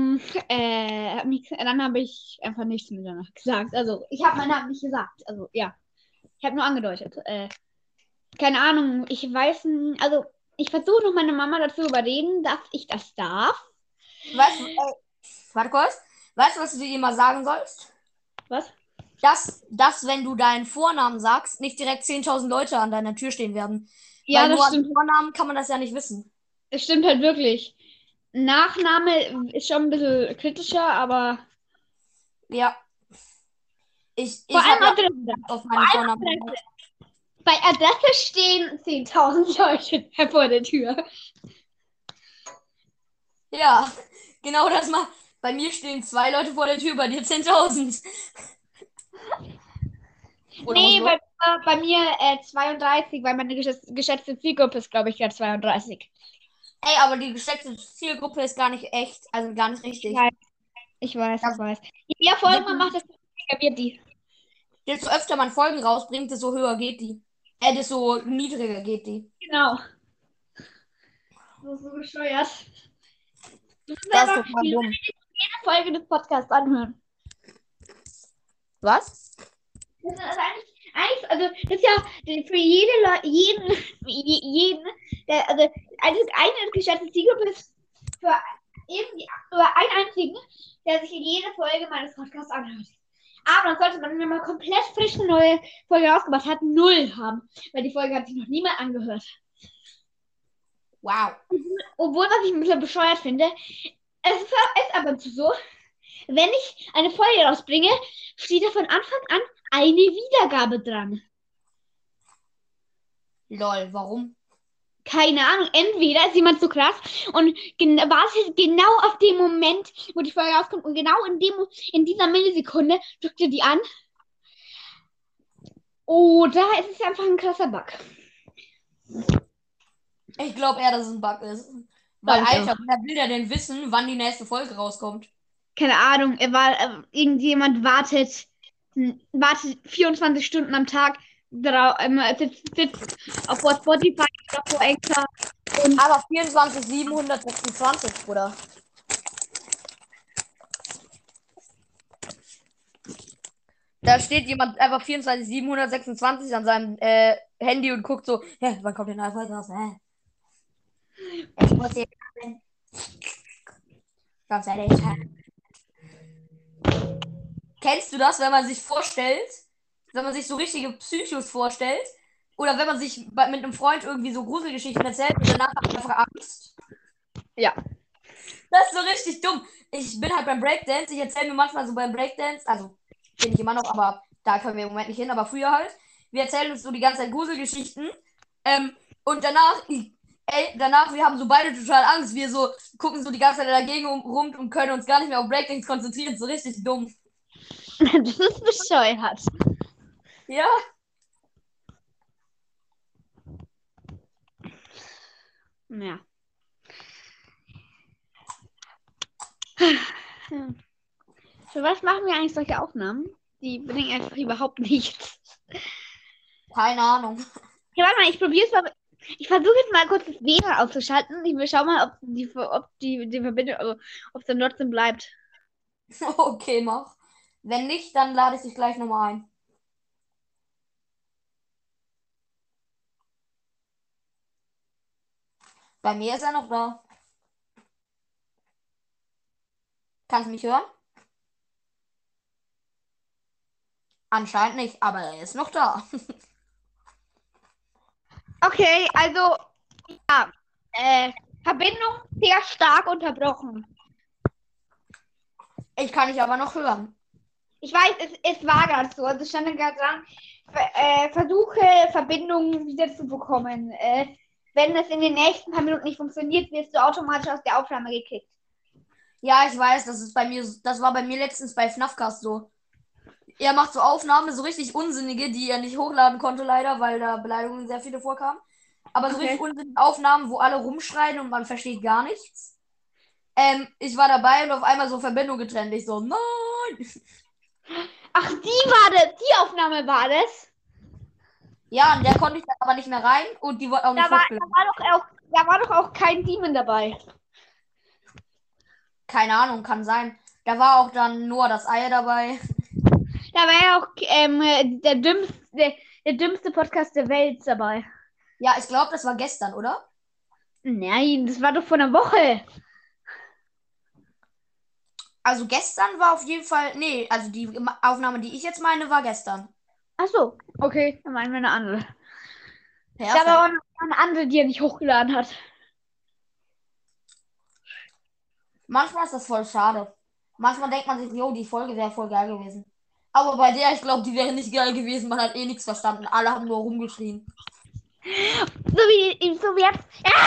B: dann habe ich einfach nichts mehr danach gesagt. Also, ich habe meinen Namen nicht gesagt. Also, ja. Ich habe nur angedeutet. Keine Ahnung, ich weiß nicht. Also, ich versuche noch meine Mama dazu überreden, dass ich das darf.
H: Weißt du, Warte kurz. Weißt du, was du ihr mal sagen sollst?
B: Was?
H: Dass, wenn du deinen Vornamen sagst, nicht direkt 10.000 Leute an deiner Tür stehen werden.
B: Ja,
H: Weil
B: das
H: nur
B: stimmt.
H: an Vornamen kann man das ja nicht wissen.
B: Das stimmt halt wirklich. Nachname ist schon ein bisschen kritischer, aber
H: Ja. Ich
B: vor
H: habe
B: allem
H: ja
B: Adresse.
H: auf meinen Vornamen.
B: Adresse. Bei Adresse stehen 10.000 Leute vor der Tür.
H: Ja, genau das mal. Bei mir stehen 2 Leute vor der Tür, bei dir 10.000. Oder
B: Nee,
H: muss
B: bei mir 32, weil meine geschätzte Zielgruppe ist, glaube ich, gerade 32.
H: Ey, aber die geschätzte Zielgruppe ist gar nicht echt, also gar nicht richtig.
B: Nein. Ich weiß,
H: Das-
B: ich weiß. Je mehr Folgen man macht, desto weniger wird die.
H: Desto öfter man Folgen rausbringt, desto höher geht die. Desto niedriger geht die.
B: Genau. So bescheuert. Du musst
H: Das ist
B: einfach
H: total
B: die
H: dumm.
B: jede Folge des Podcasts anhören.
H: Was?
B: Das ist eigentlich, also das ist ja für jeden, also eine geschätzte Zielgruppe ist für einen einzigen, der sich jede Folge meines Podcasts anhört. Aber dann sollte man, wenn man komplett frisch eine neue Folge rausgebracht hat, 0 haben, weil die Folge hat sich noch niemand angehört.
H: Wow.
B: Obwohl, was ich ein bisschen bescheuert finde, es ist aber so, wenn ich eine Folge rausbringe, steht da von Anfang an eine Wiedergabe dran.
H: Lol, warum?
B: Keine Ahnung, entweder ist jemand so krass und wartet genau auf den Moment, wo die Folge rauskommt und genau in dieser Millisekunde drückt ihr die an. Oder es ist einfach ein krasser Bug.
H: Ich glaube eher, dass es ein Bug ist. Weil,
B: Glaub ich
H: Alter, wer will ja denn wissen, wann die nächste Folge rauskommt?
B: Keine Ahnung, irgendjemand wartet 24 Stunden am Tag, sitzt auf Spotify oder vor Anchor.
H: Aber 24, 726, Bruder. Da steht jemand einfach 24, 726 an seinem Handy und guckt so, hä, wann kommt denn eine Folge raus? Hä? Ich muss hier ganz ehrlich. Kennst du das, wenn man sich vorstellt, wenn man sich so richtige Psychos vorstellt, oder wenn man sich mit einem Freund irgendwie so Gruselgeschichten erzählt und danach hat man einfach Angst?
B: Ja.
H: Das ist so richtig dumm. Ich bin halt beim Breakdance, ich erzähle mir manchmal so beim Breakdance, also bin ich immer noch, aber da können wir im Moment nicht hin, aber früher halt. Wir erzählen uns so die ganze Zeit Gruselgeschichten. Und danach, wir haben so beide total Angst. Wir so gucken so die ganze Zeit dagegen rum und können uns gar nicht mehr auf Breakdance konzentrieren. So richtig dumm.
B: Das ist bescheuert.
H: Ja.
B: Ja. Für was machen wir eigentlich solche Aufnahmen? Die bringen einfach überhaupt nichts.
H: Keine Ahnung.
B: Ja, warte mal, ich probiere es mal. Ich versuche jetzt mal kurz das WLAN auszuschalten. Ich will schauen mal, ob die Verbindung, also ob es dann trotzdem bleibt.
H: Okay, mach. Wenn nicht, dann lade ich dich gleich nochmal ein. Bei mir ist er noch da. Kannst du mich hören? Anscheinend nicht, aber er ist noch da.
B: Okay, also, ja, Verbindung sehr stark unterbrochen.
H: Ich kann dich aber noch hören.
B: Ich weiß, es war gerade so. Also stand dann gerade dran, versuche Verbindung wieder zu bekommen. Wenn es in den nächsten paar Minuten nicht funktioniert, wirst du automatisch aus der Aufnahme gekickt.
H: Ja, ich weiß, das war bei mir letztens bei FNAFcast so. Er macht so Aufnahmen, so richtig unsinnige, die er nicht hochladen konnte leider, weil da Beleidigungen sehr viele vorkamen. Aber so richtig unsinnige Aufnahmen, wo alle rumschreien und man versteht gar nichts. Ich war dabei und auf einmal so Verbindung getrennt. Ich so, nein!
B: Ach, die Aufnahme war das?
H: Ja, und der konnte ich dann aber nicht mehr rein und die wurde auch nicht hochgeladen.
B: Da war doch auch kein Demon dabei.
H: Keine Ahnung, kann sein. Da war auch dann nur das Ei dabei.
B: Da war ja auch der dümmste Podcast der Welt dabei.
H: Ja, ich glaube, das war gestern, oder?
B: Nein, das war doch vor einer Woche.
H: Also gestern war auf jeden Fall. Nee, also die Aufnahme, die ich jetzt meine, war gestern.
B: Ach so, okay, dann meinen wir eine andere. Es gab
H: Perfekt.
B: aber auch noch eine andere, die er nicht hochgeladen hat.
H: Manchmal ist das voll schade. Manchmal denkt man sich, jo, die Folge wäre voll geil gewesen. Aber bei der, ich glaube, die wäre nicht geil gewesen. Man hat eh nichts verstanden. Alle haben nur rumgeschrien.
B: So wie jetzt.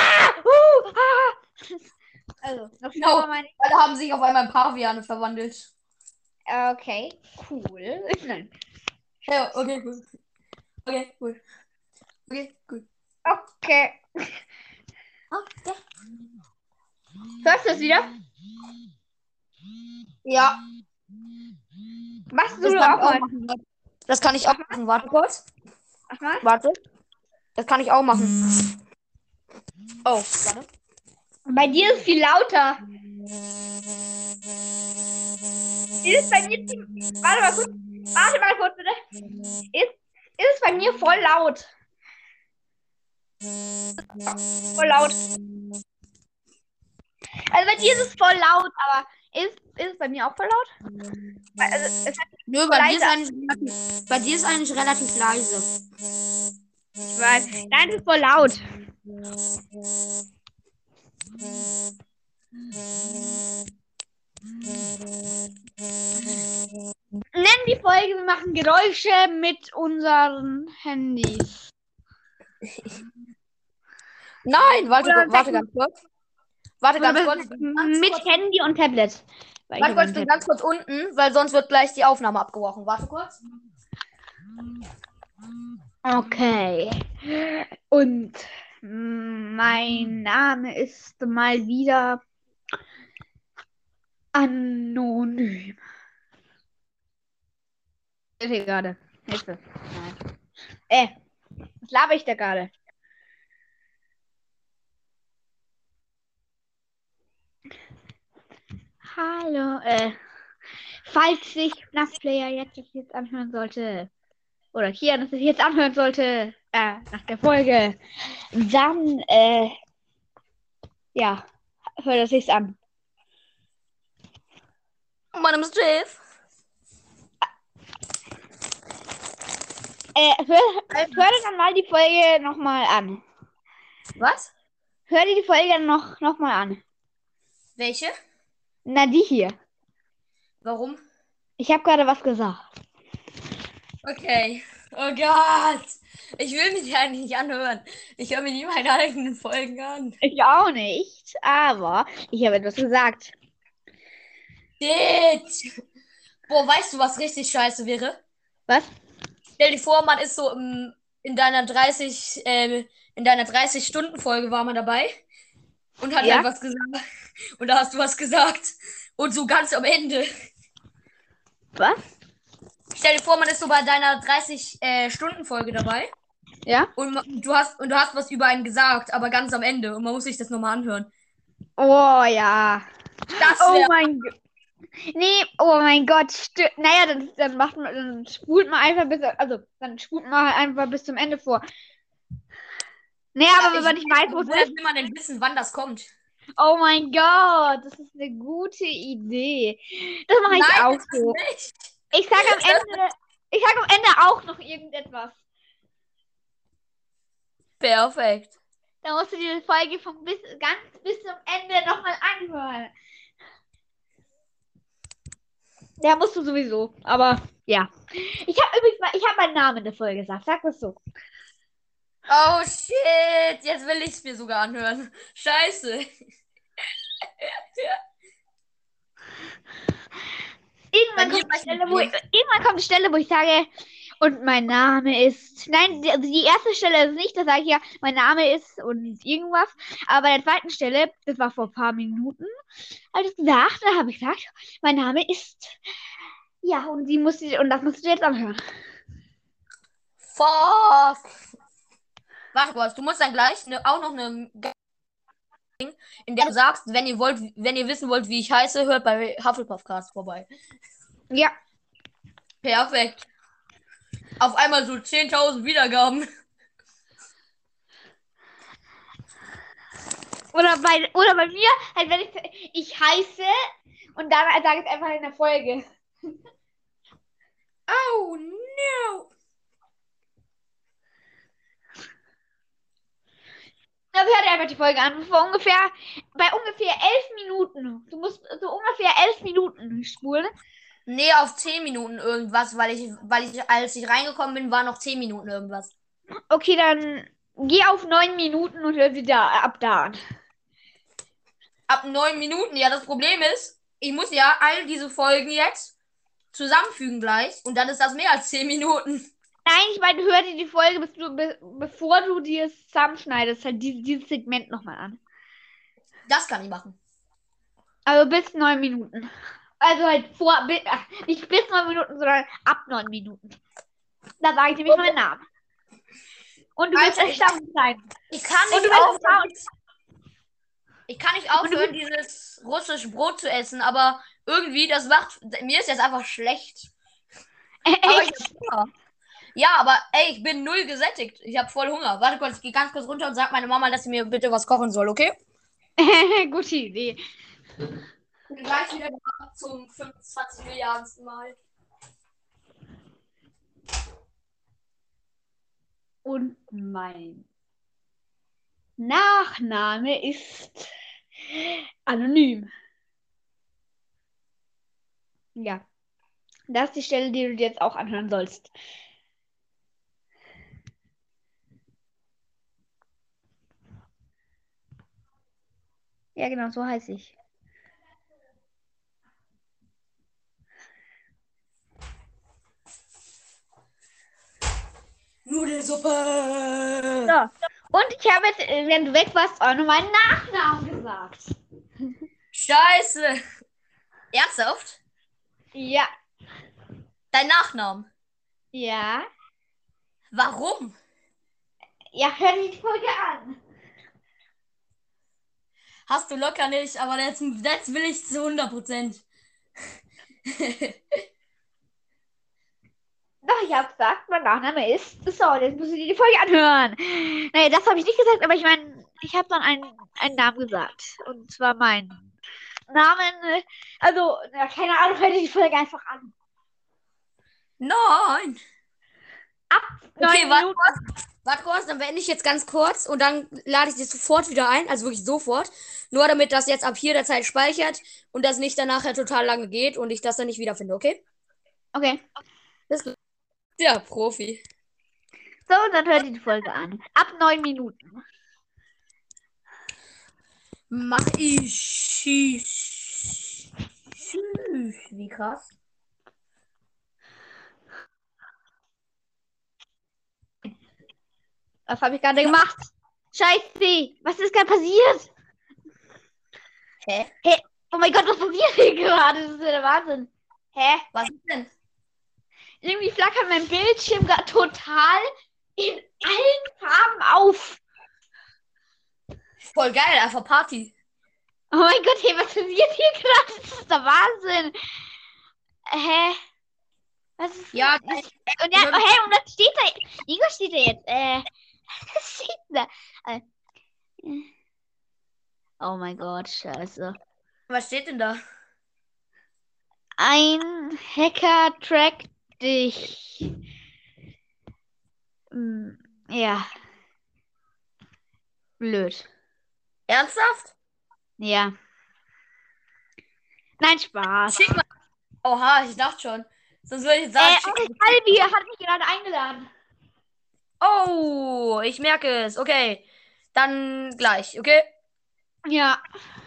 B: Also, noch schnell
H: Genau.
B: mal meine.
H: Alle haben sich auf einmal in Paviane verwandelt.
B: Okay, cool. Nein.
H: Ja, okay, cool. Okay, cool. Okay, cool.
B: Okay.
H: Okay.
B: Hörst du das wieder?
H: Ja,
B: Machst du
H: das
B: auch
H: kann ich auch
B: mal?
H: machen. Das kann ich auch machen. Warte kurz.
B: Mach mal.
H: Warte. Das kann ich auch machen. Oh, warte.
B: Bei dir ist es viel lauter. Ist es bei mir Warte mal kurz, bitte. Ist es bei mir voll laut? Voll laut. Also bei dir ist es voll laut, aber ist es bei mir auch voll laut? Also, es hat
H: Nö, bei dir ist eigentlich relativ leise.
B: ich weiß. Nein, es ist voll laut. Nennen die Folge, wir machen Geräusche mit unseren Handys.
H: Nein, warte,
B: Oder
H: warte ganz kurz. Warte ganz
B: Oder
H: kurz.
B: mit Handy und Tablet. Weil
H: Warte
B: ich
H: kurz,
B: habe
H: ich
B: ein
H: bin ganz kurz unten, weil sonst wird gleich die Aufnahme abgebrochen. Warte kurz.
B: Okay. Und mein Name ist mal wieder anonym. Hilfe gerade. Hilfe. Nein. Was laber ich da gerade? Hallo, falls sich Player jetzt anhören sollte, oder Kian das jetzt anhören sollte, nach der Folge, dann, ja, hört es sich an.
H: Mein Name ist Jeff.
B: Hör dir dann mal die Folge nochmal an.
H: Was?
B: Hör dir die Folge noch mal an.
H: Welche?
B: Na, die hier.
H: Warum?
B: Ich habe gerade was gesagt.
H: Okay. Oh Gott. Ich will mich ja nicht anhören. Ich höre mir nie meine eigenen Folgen an.
B: Ich auch nicht, aber ich habe etwas gesagt.
H: Shit. Boah, weißt du, was richtig scheiße wäre?
B: Was?
H: Stell dir vor, man ist so in deiner 30-Stunden-Folge war man dabei und hat
B: Ja?
H: halt was gesagt. Und da hast du was gesagt. Und so ganz am Ende.
B: Was?
H: Stell dir vor, man ist so bei deiner 30-Stunden-Folge dabei.
B: Ja?
H: Und du hast was über einen gesagt, aber ganz am Ende. Und man muss sich das nochmal anhören.
B: Oh ja.
H: Das
B: Oh
H: wäre.
B: mein Gott. Nee, oh mein Gott. Naja, dann spult man einfach dann spult man halt einfach bis zum Ende vor. Nee, aber wenn man nicht weiß, wo es
H: Woher
B: ist.
H: will man denn wissen, wann das kommt?
B: Oh mein Gott, das ist eine gute Idee. Das mache ich
H: Nein,
B: auch
H: das ist
B: so.
H: nicht.
B: Ich sag am Ende auch noch irgendetwas.
H: Perfekt.
B: Da musst du dir die Folge ganz bis zum Ende nochmal anhören. Ja, musst du sowieso. Aber ja. Ich habe meinen Namen in der Folge gesagt. Sag das so.
H: Oh shit, jetzt will ich es mir sogar anhören. Scheiße.
B: Irgendwann kommt die Stelle, wo ich sage, und mein Name ist. Nein, die erste Stelle ist nicht, da sage ich ja, mein Name ist und irgendwas. Aber bei der zweiten Stelle, das war vor ein paar Minuten, habe ich gesagt, da habe ich gesagt, mein Name ist. Ja, und das musst du jetzt anhören.
H: Fuck. Warte kurz, du musst dann gleich auch noch eine in der du sagst, wenn ihr wissen wollt, wie ich heiße, hört bei Hufflepuff-Cast vorbei.
B: Ja.
H: Perfekt. Auf einmal so 10.000 Wiedergaben.
B: Oder bei mir, halt wenn ich heiße Und dann sage ich es einfach in der Folge.
H: Oh no.
B: Also hör dir einfach die Folge an. Bei ungefähr 11 Minuten. Du musst so ungefähr 11 Minuten spulen.
H: Nee, auf 10 Minuten irgendwas, weil ich, als ich reingekommen bin, war noch 10 Minuten irgendwas.
B: Okay, dann geh auf 9 Minuten und hör sie da ab da an.
H: Ab 9 Minuten, ja, das Problem ist, ich muss ja all diese Folgen jetzt zusammenfügen gleich und dann ist das mehr als 10 Minuten.
B: Nein, ich meine, hör dir die Folge, bevor du die es zusammenschneidest, halt dieses Segment nochmal an.
H: Das kann ich machen.
B: Also bis 9 Minuten. Also halt nicht bis 9 Minuten, sondern ab 9 Minuten. Da sage ich nämlich meinen Namen. Und du wirst
H: Alter,
B: erstaunt sein.
H: Ich kann
B: Und du
H: nicht
B: wirst
H: aufhören, dieses russische Brot zu essen, aber irgendwie, mir ist jetzt einfach schlecht. Aber ich hab Hunger. Ja, aber ey, ich bin null gesättigt. Ich habe voll Hunger. Warte kurz, ich gehe ganz kurz runter und sag meiner Mama, dass sie mir bitte was kochen soll, okay?
B: Gute Idee.
H: Ich bin gleich wieder da zum 25 Milliardensten Mal.
B: Und mein Nachname ist anonym. Ja. Das ist die Stelle, die du dir jetzt auch anhören sollst. Ja, genau, so heiße ich.
H: Nudelsuppe!
B: So. Und ich habe jetzt, wenn du weg warst, auch noch meinen Nachnamen gesagt.
H: Scheiße! Ernsthaft?
B: Ja.
H: Dein Nachnamen?
B: Ja.
H: Warum?
B: Ja, hör dir die Folge an.
H: Hast du locker nicht, aber jetzt will ich zu 100%.
B: Doch, ich habe gesagt, mein Nachname ist. So, jetzt musst du dir die Folge anhören. Nee, das habe ich nicht gesagt, aber ich meine, ich habe dann einen Namen gesagt. Und zwar meinen Namen. Also, ja, keine Ahnung, hör dir die Folge einfach an.
H: Nein!
B: Ab 9
H: Okay,
B: Minuten.
H: warte kurz, dann beende ich jetzt ganz kurz und dann lade ich dich sofort wieder ein, also wirklich sofort. Nur damit das jetzt ab hier der Zeit speichert und das nicht dann nachher total lange geht und ich das dann nicht wiederfinde, okay?
B: Okay.
H: Bis gleich. Ja, Profi.
B: So, und dann hör dir die Folge an. Ab 9 Minuten.
H: Mach ich. Wie krass.
B: Was habe ich gerade gemacht? Scheiße, was ist gerade passiert?
H: Hä?
B: Hä? Oh mein Gott, was passiert hier gerade? Das ist ja der Wahnsinn. Hä?
H: Was ist denn?
B: Irgendwie flackert mein Bildschirm gerade total in allen Farben auf.
H: Voll geil, einfach Party.
B: Oh mein Gott, hey, was passiert hier gerade? Das ist der Wahnsinn. Hä? Was ist
H: Ja,
B: und ja, oh, hey, und was steht da? Irgendwas steht da jetzt. Was steht da? Oh mein Gott, scheiße.
H: was steht denn da?
B: Ein Hacker trackt dich. Ja. Blöd.
H: Ernsthaft?
B: Ja. Nein, Spaß.
H: Schick mal. Oha, ich dachte schon. Sonst würde ich jetzt sagen,
B: Albi hat mich gerade eingeladen.
H: Oh, ich merke es. Okay. Dann gleich, okay?
B: Ja.